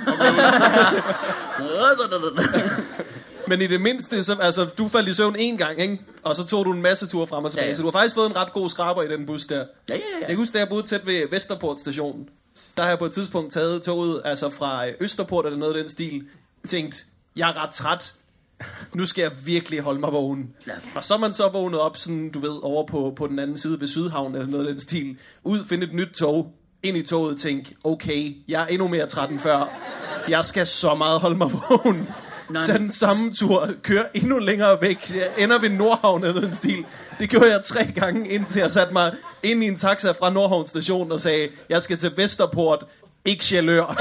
Men i det mindste, så, altså, du faldt i søvn én gang, ikke? Og så tog du en masse ture frem og tilbage.
Ja,
Ja,
ja.
ja. Så du har faktisk fået en ret god skraber i den bus der.
ja, ja,
Jeg
ja.
kan huske, da jeg boede tæt ved Vesterport station, der har jeg på et tidspunkt taget toget altså fra Østerport eller noget af den stil, tænkt, jeg er ret træt, nu skal jeg virkelig holde mig vågen.
Ja.
Og så er man så vågnet op, sådan, du ved, over på, på den anden side ved Sydhavn eller noget af den stil, ud, finde et nyt tog, ind i toget, tænk, okay, jeg er endnu mere træt end før, jeg skal så meget holde mig vågen.
Nej,
Tag den samme tur, kør endnu længere væk, jeg ender ved Nordhavn eller den stil. Det gjorde jeg tre gange, indtil jeg satte mig ind i en taxa fra Nordhavn station og sagde, jeg skal til Vesterport, ikke Sjælør.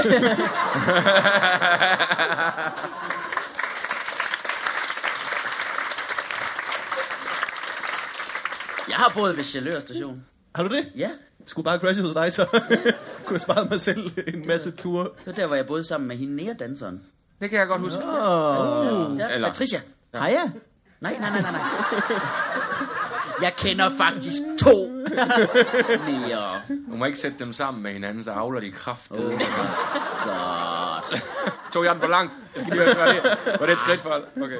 Jeg har boet ved Sjælør station.
Har du det?
Ja,
Skulle bare crashe hos dig, så kunne jeg spare mig selv en masse ture.
det var der, hvor jeg boede sammen med hende nære-danseren.
Det kan jeg godt huske.
Oh.
Ja,
Eller-
Patricia.
Hej ja.
Nej, nej, nej, nej, nej. Jeg kender faktisk to mere.
Du må ikke sætte dem sammen med hinanden, så avler de kraft. Oh.
God.
Tog jeg den for langt? Jeg skal lige høre, var det, var det et skridt for? Okay.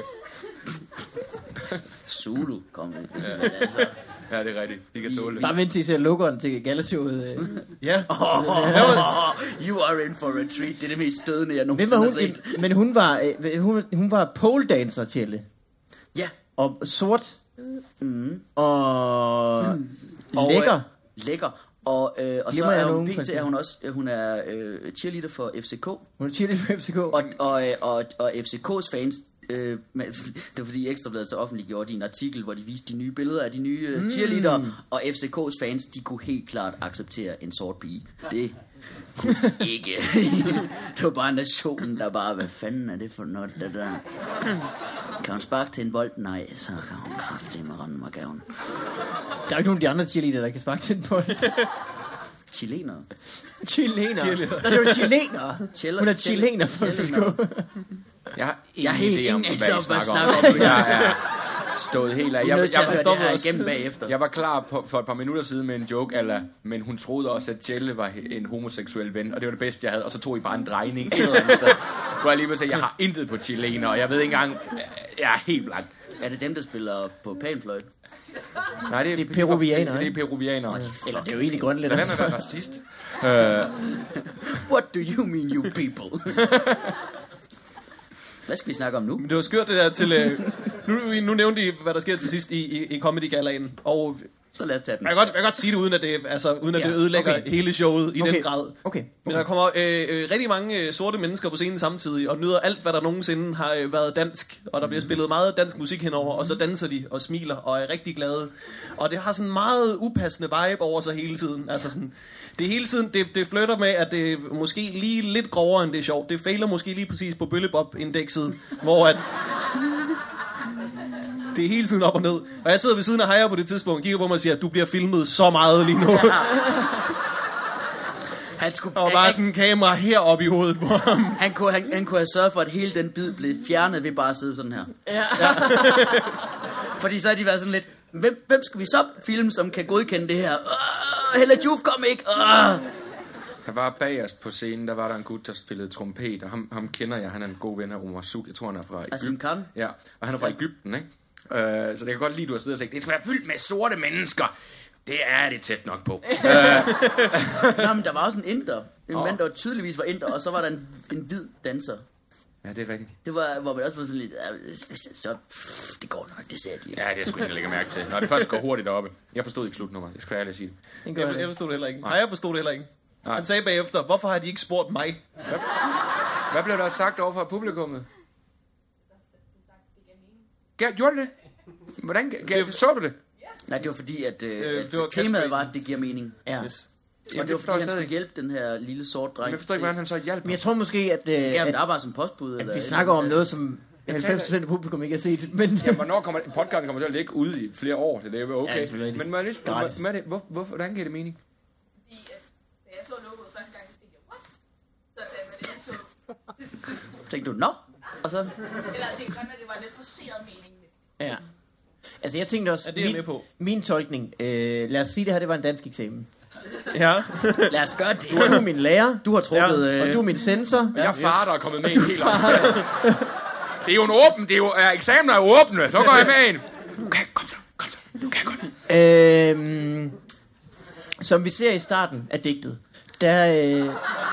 Zulu, kom med. Men altså,
Ja, det er rigtigt. De kan tåle det.
Bare vent til, at I ser lukkeren til galashowet. øh.
Ja.
oh, you are in for a treat. Det er det mest stødende, jeg
Hvem
nogensinde
var
har set.
hun? Men hun var, øh, hun, hun var pole dancer, Tjelle.
Ja,
Og sort. Mm. Og
Og,
lækker.
lækker. Og, øh, og så
Glemmer jeg
er hun
nogen
pænt til,
præcis?
at hun også hun er øh, cheerleader for F C K.
Hun er cheerleader for F C K.
Og, og, og, og F C K's fans, øh, men, det var fordi Ekstrabladet så offentliggjorde en artikel, hvor de viste de nye billeder af de nye øh, cheerleader, mm. og F C K's fans, de kunne helt klart acceptere en sort pige. Det kunne de ikke. Det var bare nationen, der bare, hvad fanden er det for noget, det der? Kan hun sparke til en bold? Nej, så kan hun kraftedeme rende mig gaven.
Der er jo ikke nogen af de andre cheerleader, der kan sparke til den på det.
Chilenere.
Chilener. Nå, det var chilener.
Chiller-
Hun er chilener for F C K.
Jeg har ingen
Jeg har helt
idé om,
ingen
hvad I
anelse om, hvad
snakker
I
om.
snakker om.
Jeg er stået helt af.
Jeg,
Jeg,
jeg,
jeg,
jeg,
jeg,
jeg, jeg, igennem bagefter.
jeg var klar på, for et par minutter siden med en joke, eller, men hun troede også, at Tjelle var en homoseksuel ven, og det var det bedste, jeg havde. Og så tog I bare en drejning et eller andet sted, hvor jeg lige vil sige, jeg har intet på chilener, og jeg ved ikke engang, jeg er helt blank.
Er det dem, der spiller på panfløjt?
Nej, det er,
Det er peruvianere,
Det er
ikke?
peruvianere.
Eller det er jo egentlig grønlænder.
Lad være med at være racist.
What do you mean, you people? Hvad skal vi snakke om nu?
Men det var skørt det der til... Øh, nu, nu nævnte I, hvad der sker til sidst i, i, i Comedy Galaen. Og
Så lad os tage den.
jeg kan godt, jeg kan godt sige det, uden at det, altså, uden at
Ja,
det ødelægger
okay.
hele showet i
Okay,
den grad.
okay,
Men der kommer øh, øh, rigtig mange øh, sorte mennesker på scenen samtidig, og nyder alt, hvad der nogensinde har øh, været dansk. Og der bliver spillet meget dansk musik henover, og så danser de og smiler og er rigtig glade. Og det har sådan en meget upassende vibe over sig hele tiden. Altså sådan, det hele tiden, det, det flytter med, at det er måske lige lidt grovere, end det er sjovt. Det fejler måske lige præcis på Bøllebop-indekset, hvor at... Det er hele tiden op og ned. Og jeg sidder ved siden af Hejer på det tidspunkt og kigger på mig og siger, at du bliver filmet så meget lige nu.
Han, skulle,
Og
han,
bare
han,
sådan en kamera heroppe i hovedet på ham.
han, kunne, han, han kunne have sørget for, at hele den bid blev fjernet ved bare at sidde sådan her.
Ja.
Fordi så har de været sådan lidt, hvem, hvem skal vi så filme, som kan godkende det her? Uh, Hella Juf, kom ikke! Uh.
Der var bagerst på scenen, der var der en gut, der spillede trompet, og ham, ham kender jeg, han er en god ven af Omar Suk, jeg tror, han er fra
Asim
Egypten.
Khan?
Ja, og han er fra Egypten, ikke? Uh, så det kan godt lide, at du har siddet og sagt, det skal være fyldt med sorte mennesker. Det er det tæt nok på. uh,
Nå, men der var også en inder. En oh. mand, der tydeligvis var inder, og så var der en, en hvid danser.
ja, det er rigtigt.
Det var, hvor man også var sådan lidt, ja, så, pff, det går nok, det sagde de.
Ja, det er sgu ikke lægge mærke til. Når det først går hurtigt deroppe. Jeg forstod ikke slutnummeret, jeg skal være ærlig at sige det.
Jeg, jeg forstod det heller ikke. Nej, jeg forstod det heller ikke.
Nej.
Han sagde bagefter, hvorfor har de ikke spurgt mig?
Hvad blev der sagt over for publikummet? Ja, gjorde det det? Hvordan, ja, så du det?
Nej, det var fordi, at, øh,
Øh,
at
det var
temaet var,
catchphrasen.
at det giver mening.
Ja.
Yes.
Og det var fordi, han skulle hjælpe den her lille sort dreng.
Men jeg forstår ikke, hvordan han så hjalp.
Men jeg tror måske, at, øh,
Ja, men
at,
der var bare som postbud.
at
eller
vi
et
snakker
eller
om
andet.
noget, som halvfems procent af publikum ikke har set. Men
Ja, hvornår kommer det? Podcasten kommer til at ligge ude i flere år, det er jo okay.
Ja, selvfølgelig.
Men må jeg lige spørge,
Gratis.
hvad- hvad er det- hvor, hvor, hvordan giver det mening?
Fordi at, da jeg så logoet første gang, så tænkte jeg, what? Så da man endelig så det til sidst,
Tænkte du, nå? Og så,
eller det kan godt være, det var lidt forceret mening.
ja. Altså jeg tænkte også,
Ja, det er jeg
min,
med på.
min tolkning, øh, lad os sige det her, det var en dansk eksamen.
Ja.
lad os gøre det.
Du er min lærer,
Du har trukket...
Ja,
øh,
og du er min sensor.
Jeg er far, der er kommet med en helt om. Det er jo en åben, det er jo, er, eksamener er jo åbne, så går jeg med en. Okay, kom så, kom så, du kan godt.
Øhm, som vi ser i starten af digtet, der øh,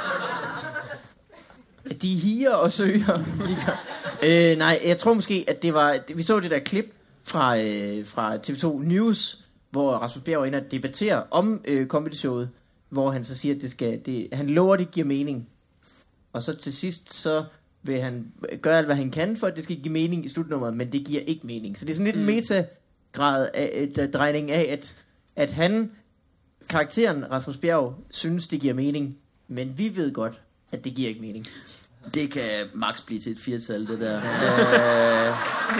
de higer og søger. øh, nej, jeg tror måske, at det var, vi så det der klip fra, øh, fra T V to News, hvor Rasmus Bjerg var inde og debatterer om øh, comedy-showet, hvor han så siger, at det skal, det, han lover, det giver mening. Og så til sidst, så vil han gøre alt, hvad han kan, for at det skal give mening i slutnummeret, men det giver ikke mening. Så det er sådan lidt en meta-grad af, af drejning af, at, at han, karakteren Rasmus Bjerg, synes, det giver mening, men vi ved godt, at det giver ikke mening.
Det kan max blive til et firtal, det der. øh,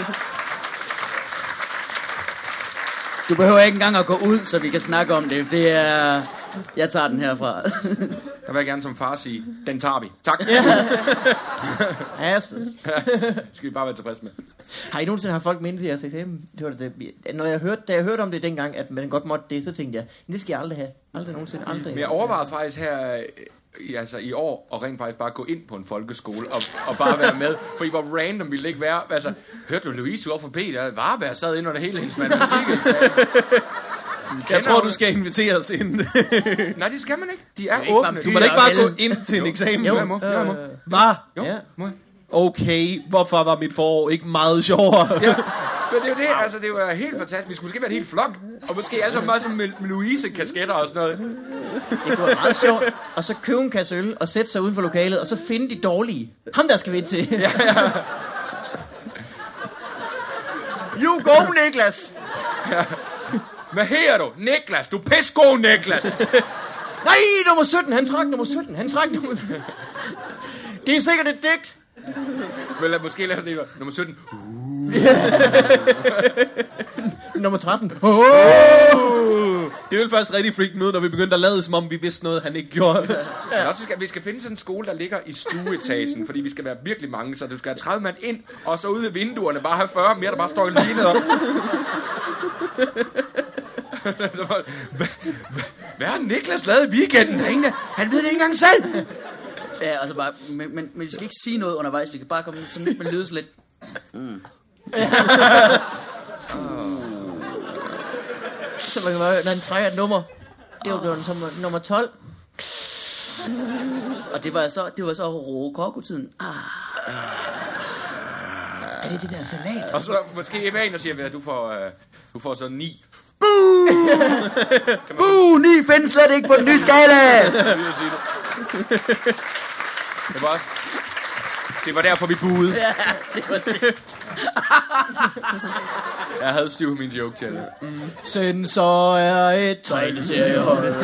du behøver ikke engang at gå ud, så vi kan snakke om det. Det er... Jeg tager den herfra.
Jeg vil gerne som far sige, den tager vi. Tak.
Ja, jeg stod.
Skal vi bare være tilfredse med.
Har I nogensinde haft folk med til jeres eksamen? Det var det, det. Når jeg hørte, da jeg hørte om det dengang, at man godt måtte det, så tænkte jeg, det skal jeg aldrig have. Aldrig nogensinde, aldrig.
Men jeg overvejede faktisk her i, altså i år, og rent faktisk bare gå ind på en folkeskole og, og bare være med. For I hvor random ville det ikke være. Altså, hørte du Louise over for Peter? Varberg sad ind under hele hendes matematikeksamen.
Jeg tror, du skal invitere os ind.
Nej, det skal man ikke. De er
ikke
åbne.
vampyrer.
Du må da ikke bare
vel?
gå ind til en eksamen.
Jo, jeg må. Jo, jeg må.
Hvad?
Jo,
Ja.
må jeg.
Okay, hvorfor var mit forår ikke meget sjovere?
Ja. Men det er jo det, altså det er jo helt fantastisk. Vi skulle måske være en helt flok, og måske alle sammen meget som med Louise-kasketter og sådan noget.
Det kunne være meget sjovt. Og så købe en kasse øl, og sætte sig uden for lokalet, og så finde de dårlige. Ham der skal vi ind til.
Ja, ja.
You go, Niklas!
Ja. Hvad her du? Niklas, du er pissegod, Niklas!
Nej, nummer sytten, han trak nummer sytten, han trak nummer sytten. Det er sikkert et digt.
Men lad måske lave det nummer sytten.
Nummer tretten. Oh!
Det ville først rigtig freak ud, når vi begyndte at lade, som om vi vidste noget, han ikke gjorde.
Ja. Også skal, vi skal finde sådan en skole, der ligger i stueetagen, fordi vi skal være virkelig mange, så du skal have tredive mand ind, og så ude ved vinduerne bare have fyrre mere, der bare står lignet op. Hvad, hvad har Niklas lavet i weekenden? Der ingen, han ved det ikke engang selv.
Ja, altså bare, men, men, men vi skal ikke sige noget undervejs, vi kan bare komme sådan lidt med lydes lidt. Mm.
Så man kan bare, når han trækker et nummer. Det var blevet som nummer tolv.
Og det var så, det var så rokoko-tiden. Ah.
Er det det der salat?
Og så måske Eva ind og siger, at du får, øh, du får så ni.
Buh, ni findes slet ikke på den nye skala.
Det var også... Det var derfor, vi buede.
Ja, det var sidst.
Jeg havde styr på min joke til det.
Mm. Sensor er et tegneseriehold.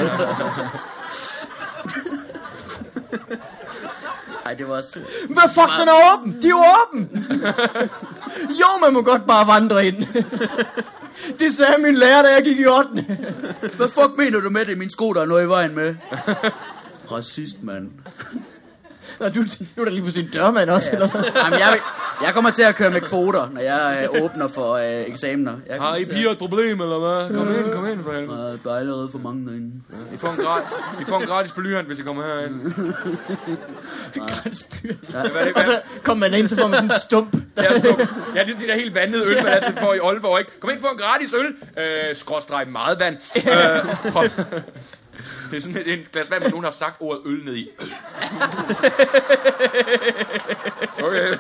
Ej, det var også...
Hvad fuck, den er åben? De er jo åben. Jo, man må godt bare vandre ind. Det sagde min lærer, da jeg gik i ottende.
Hvad fuck mener du med det? Min sko, der er noget i vejen med. Racist, mand.
Nå, du, nu er der lige pludselig en dørmand også, ja. Eller hvad?
Jamen, jeg, jeg kommer til at køre med kvoter, når jeg øh, åbner for øh, eksamener. Jeg
Har I piger et problem, eller hvad? Kom ind, kom ind for helvede.
Der er allerede for mange derinde.
Ja, I, får en gratis, I får en gratis blyant, hvis I kommer herind.
Gratis blyant.
Ja, hvad er det,
og så kommer man ind, så får man sådan en stump.
Ja, stump. Ja, det er det der helt vandede øl, man altid får i Aalborg, ikke? Kom ind, få en gratis øl. Øh, skråstreg meget vand. Øh, prøv. Det er sådan et, et glas vand, hvor nogen har sagt ordet øl ned i. Okay.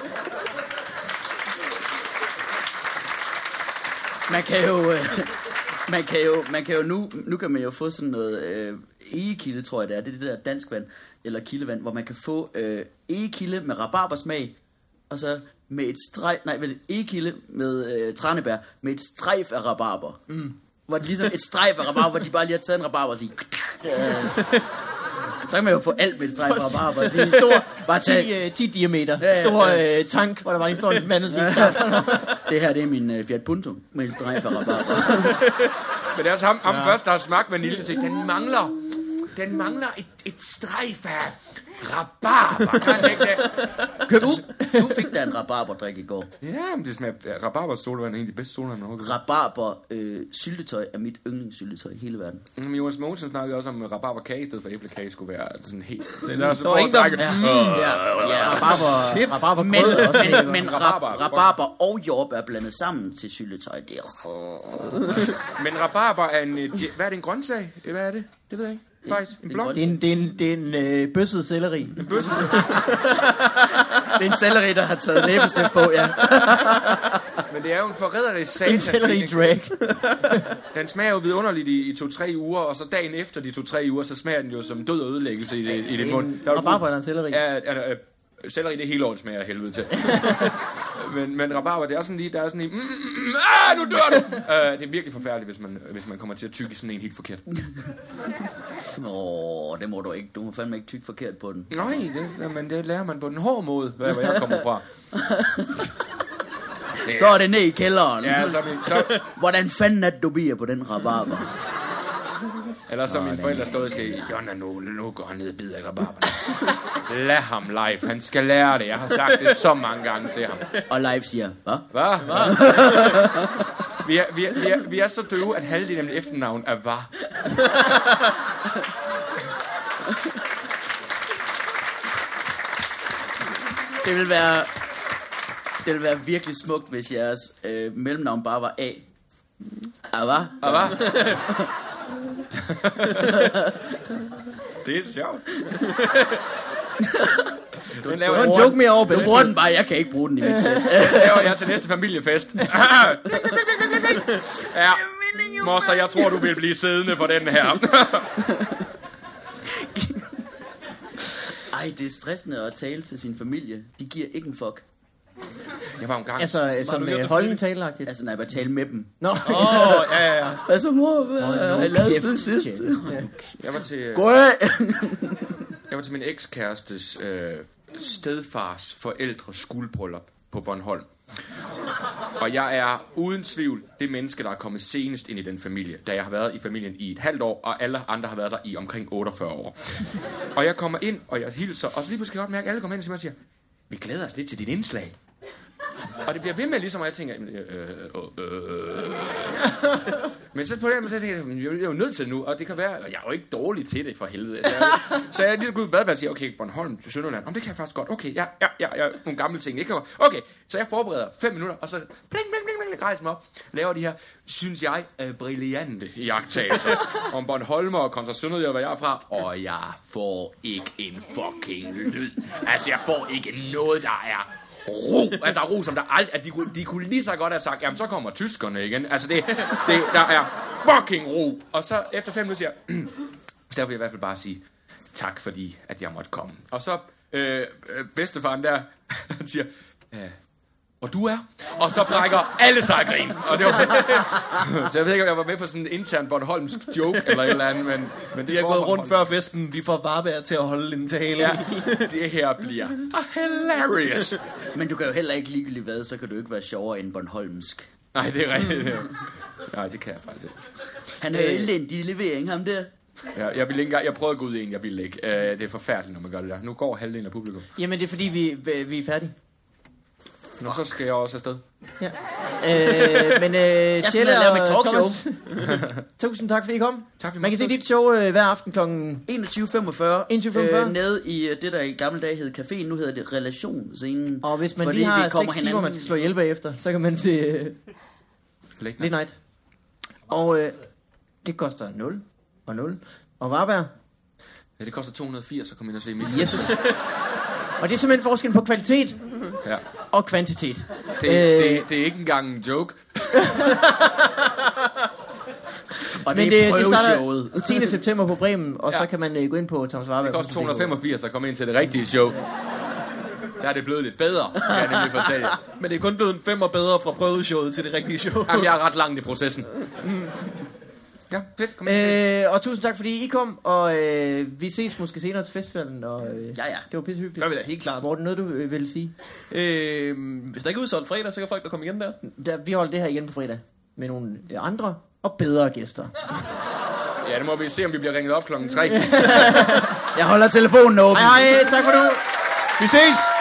Man kan jo, øh, man kan jo, man kan jo nu, nu kan man jo få sådan noget øh, egekilde, tror jeg det er, det er det der danskvand, eller kildevand, hvor man kan få øh, egekilde med rabarbersmag, og så med et strejf, nej, vel, egekilde med øh, tranebær, med et strejf af rabarber. Mm. Hvor det ligesom et strejf af rabarber, hvor de bare lige har taget en rabarber og sige... Øh, så kan man jo få alt med et strejf af rabarber. Det er
en stor,
bare
ti, øh, ti diameter, ja, ja, stor øh, tank, hvor der var en stor vandet lige der.
Det her, det er min øh, Fiat Punto med et strejf af rabarber.
Men det er også ham, ham ja. først, der har smagt vanilje, så den mangler, den mangler et, et strejf af rabarber. Kan det ikke det?
Du, du fik da en rabarberdrik i går.
Ja, men det smager... Rabarber solvand er en af de bedste solvand, jeg har.
Rabarber øh, syltetøj er mit yndlingssyltetøj i hele verden.
Men Jonas Mogensen snakkede også om, at rabarberkage i stedet for æblekage skulle være sådan helt... Så der er så
der var ingen, der...
Ja,
mm, ja, ja, rabarber... Rabarber men, også,
men, men rabarber, rabarber og jordbær blandet sammen til syltetøj, det er...
Men rabarber er en... Hvad er det, en grøntsag? Hvad er det? Det ved jeg ikke. Faktisk, en blomst.
Det er en, det er en, det er en øh, bøsset selleri.
En bøsset selleri.
Det er en selleri, der har taget læbestift på, ja.
Men det er jo en forræderisk satan.
En selleri drag.
Den smager jo vidunderligt i, i to-tre uger, og så dagen efter de to-tre uger, så smager den jo som død og ødelæggelse i, det, i din mund.
Og bare for en selleri.
Ja, ja, selleri det hele året smager helvede til. men, men rabarber, det er sådan lige, der er sådan en... Mm, mm, ah, nu dør du! uh, det er virkelig forfærdeligt, hvis man, hvis man kommer til at tygge sådan en helt forkert.
Åh, oh, det må du ikke. Du må fandme ikke tygge forkert på den.
Nej, det, men det lærer man på den hårde måde, hvad jeg kommer fra.
Så er det ned i kælderen.
Ja, så, så...
Hvordan fanden er det, du bliver på den rabarber?
Eller så mine forældre stod og siger, Jonna, nu, nu går han ned og bider i rabarberne. Lad ham live, han skal lære det. Jeg har sagt det så mange gange til ham.
Og live siger, hvad?
Hvad? vi, er, vi, er, vi, er, vi er så døve, at halvdelen af mit efternavn er hvad?
Det vil være... Det ville være virkelig smukt, hvis jeres øh, mellemnavn bare var A. Ah, hvad?
Ah, hvad? Det er sjovt. Den
Det var en joke mere over
Du bruger den bare, jeg kan ikke bruge den i mit sæt.
Den laver jeg til næste familiefest. Ja, moster, jeg tror, du vil blive siddende for den her.
Ej, det er stressende at tale til sin familie. De giver ikke en fuck.
Jeg var en gang...
Altså, som
gjort det
øh, holdningstaleagtigt.
Altså, når jeg bare tale med dem.
Nå.
Åh, oh, ja, ja, ja.
Altså, mor, hvad har I lavet siden sidst?
Jeg var til...
Gå af!
Jeg var til min ekskærestes øh, stedfars forældres skuldbryllup på Bornholm. Og jeg er uden tvivl det menneske, der er kommet senest ind i den familie, da jeg har været i familien i et halvt år, og alle andre har været der i omkring otteogfyrre år. Og jeg kommer ind, og jeg hilser, og så lige pludselig kan jeg godt mærke, at alle kommer ind og siger, vi glæder os lidt til dit indslag. Og det bliver ved med ligesom, at jeg tænker, øh, øh, øh. Men så på den, så tænker jeg, jeg er jo nødt til det nu, og det kan være, og jeg er jo ikke dårlig til det for helvede. Så jeg, så jeg lige gået ud i badeværelset og siger, okay, Bornholm til Sønderland, om det kan jeg faktisk godt, okay, ja, ja, ja, ja, nogle gamle ting, det kan jeg godt. Okay, så jeg forbereder fem minutter, og så bling, bling, bling, bling, rejser mig op, laver de her, synes jeg, er brillante iagttagelser om Bornholmer kontra Sønderjylland, hvor jeg er fra, og jeg får ikke en fucking lyd. Altså, jeg får ikke noget, der er ro, at der er ro, som der aldrig, at de, de kunne lige så godt have sagt, jamen så kommer tyskerne igen. Altså det, det der er fucking ro. Og så efter fem minutter siger jeg, så der vil jeg i hvert fald bare sige, tak fordi, at jeg måtte komme. Og så øh, bedstefaren der, han siger, øh, og du er? Og så brækker alle sig af grin. Og det var, så jeg ved ikke, om jeg var med på sådan en intern bornholmsk joke eller et eller andet, men, men det
De har gået rundt før festen. Vi får Varberg til at holde en tale.
Ja, det her bliver hilarious.
Men du kan jo heller ikke ligegyldigt hvad, så kan du ikke være sjovere end bornholmsk.
Nej, det er rigtigt. Nej, det kan jeg faktisk ikke.
Han er jo elendig levering, ham der.
Ja, jeg, vil ikke engang, jeg prøvede at gå ud i en, jeg ville ikke. Uh, det er forfærdeligt, når man gør det der. Nu går halvdelen af publikum.
Jamen, det er fordi, vi, vi er færdige.
Nå, så skal jeg også afsted.
Ja. Øh, men øh,
Jeg skal
Tjelle
lave mit
og
talkshow.
Thomas, tusind tak fordi I kom.
Tak for
Man kan se
mig.
dit show øh, hver aften klokken
enogtyve femogfyrre.
enogtyve femogfyrre.
Øh, nede i øh, det, der i gamle dage hed Caféen. Nu hedder det Relationsscenen.
Og hvis man
Fordi
lige har
vi kommer
seks timer,
hinanden-
man skal slå ihjel bagefter, så kan man se øh,
Late
Late Night. Og øh, det koster nul og nul. Og Varberg.
Ja, det koster to hundrede og firs at komme ind og se mit.
Yes. Og det er simpelthen forskellen på kvalitet
Ja.
og kvantitet.
Det,
Øh.
det, det er ikke engang en joke.
Og
Men
det
det,
er
det
prøveshowet.
starter tiende september på Bremen, og
Ja.
så kan man øh, gå ind på Thomas Varberg.
Det koster to hundrede og femogfirs at komme ind til det rigtige show. Der er det blevet lidt bedre, skal jeg nemlig fortælle.
Men det er kun blevet en femmer bedre fra prøveshowet til det rigtige show.
Jamen, jeg er ret langt i processen. Ja, fedt. Kom ind og se.
Øh, og tusind tak fordi I kom, og øh, vi ses måske senere til festivalen. Og, øh,
Ja, ja.
det var pisse hyggeligt.
Gør vi da helt klart.
Morten, noget du øh, ville sige?
Øh, hvis der ikke er udsolgt fredag, så kan folk der komme igen der.
Der, vi holder det her igen på fredag med nogle øh, andre og bedre gæster.
Ja, det må vi se, om vi bliver ringet op klokken tre.
Jeg holder telefonen åben.
Hej hej, tak for nu.
Vi ses!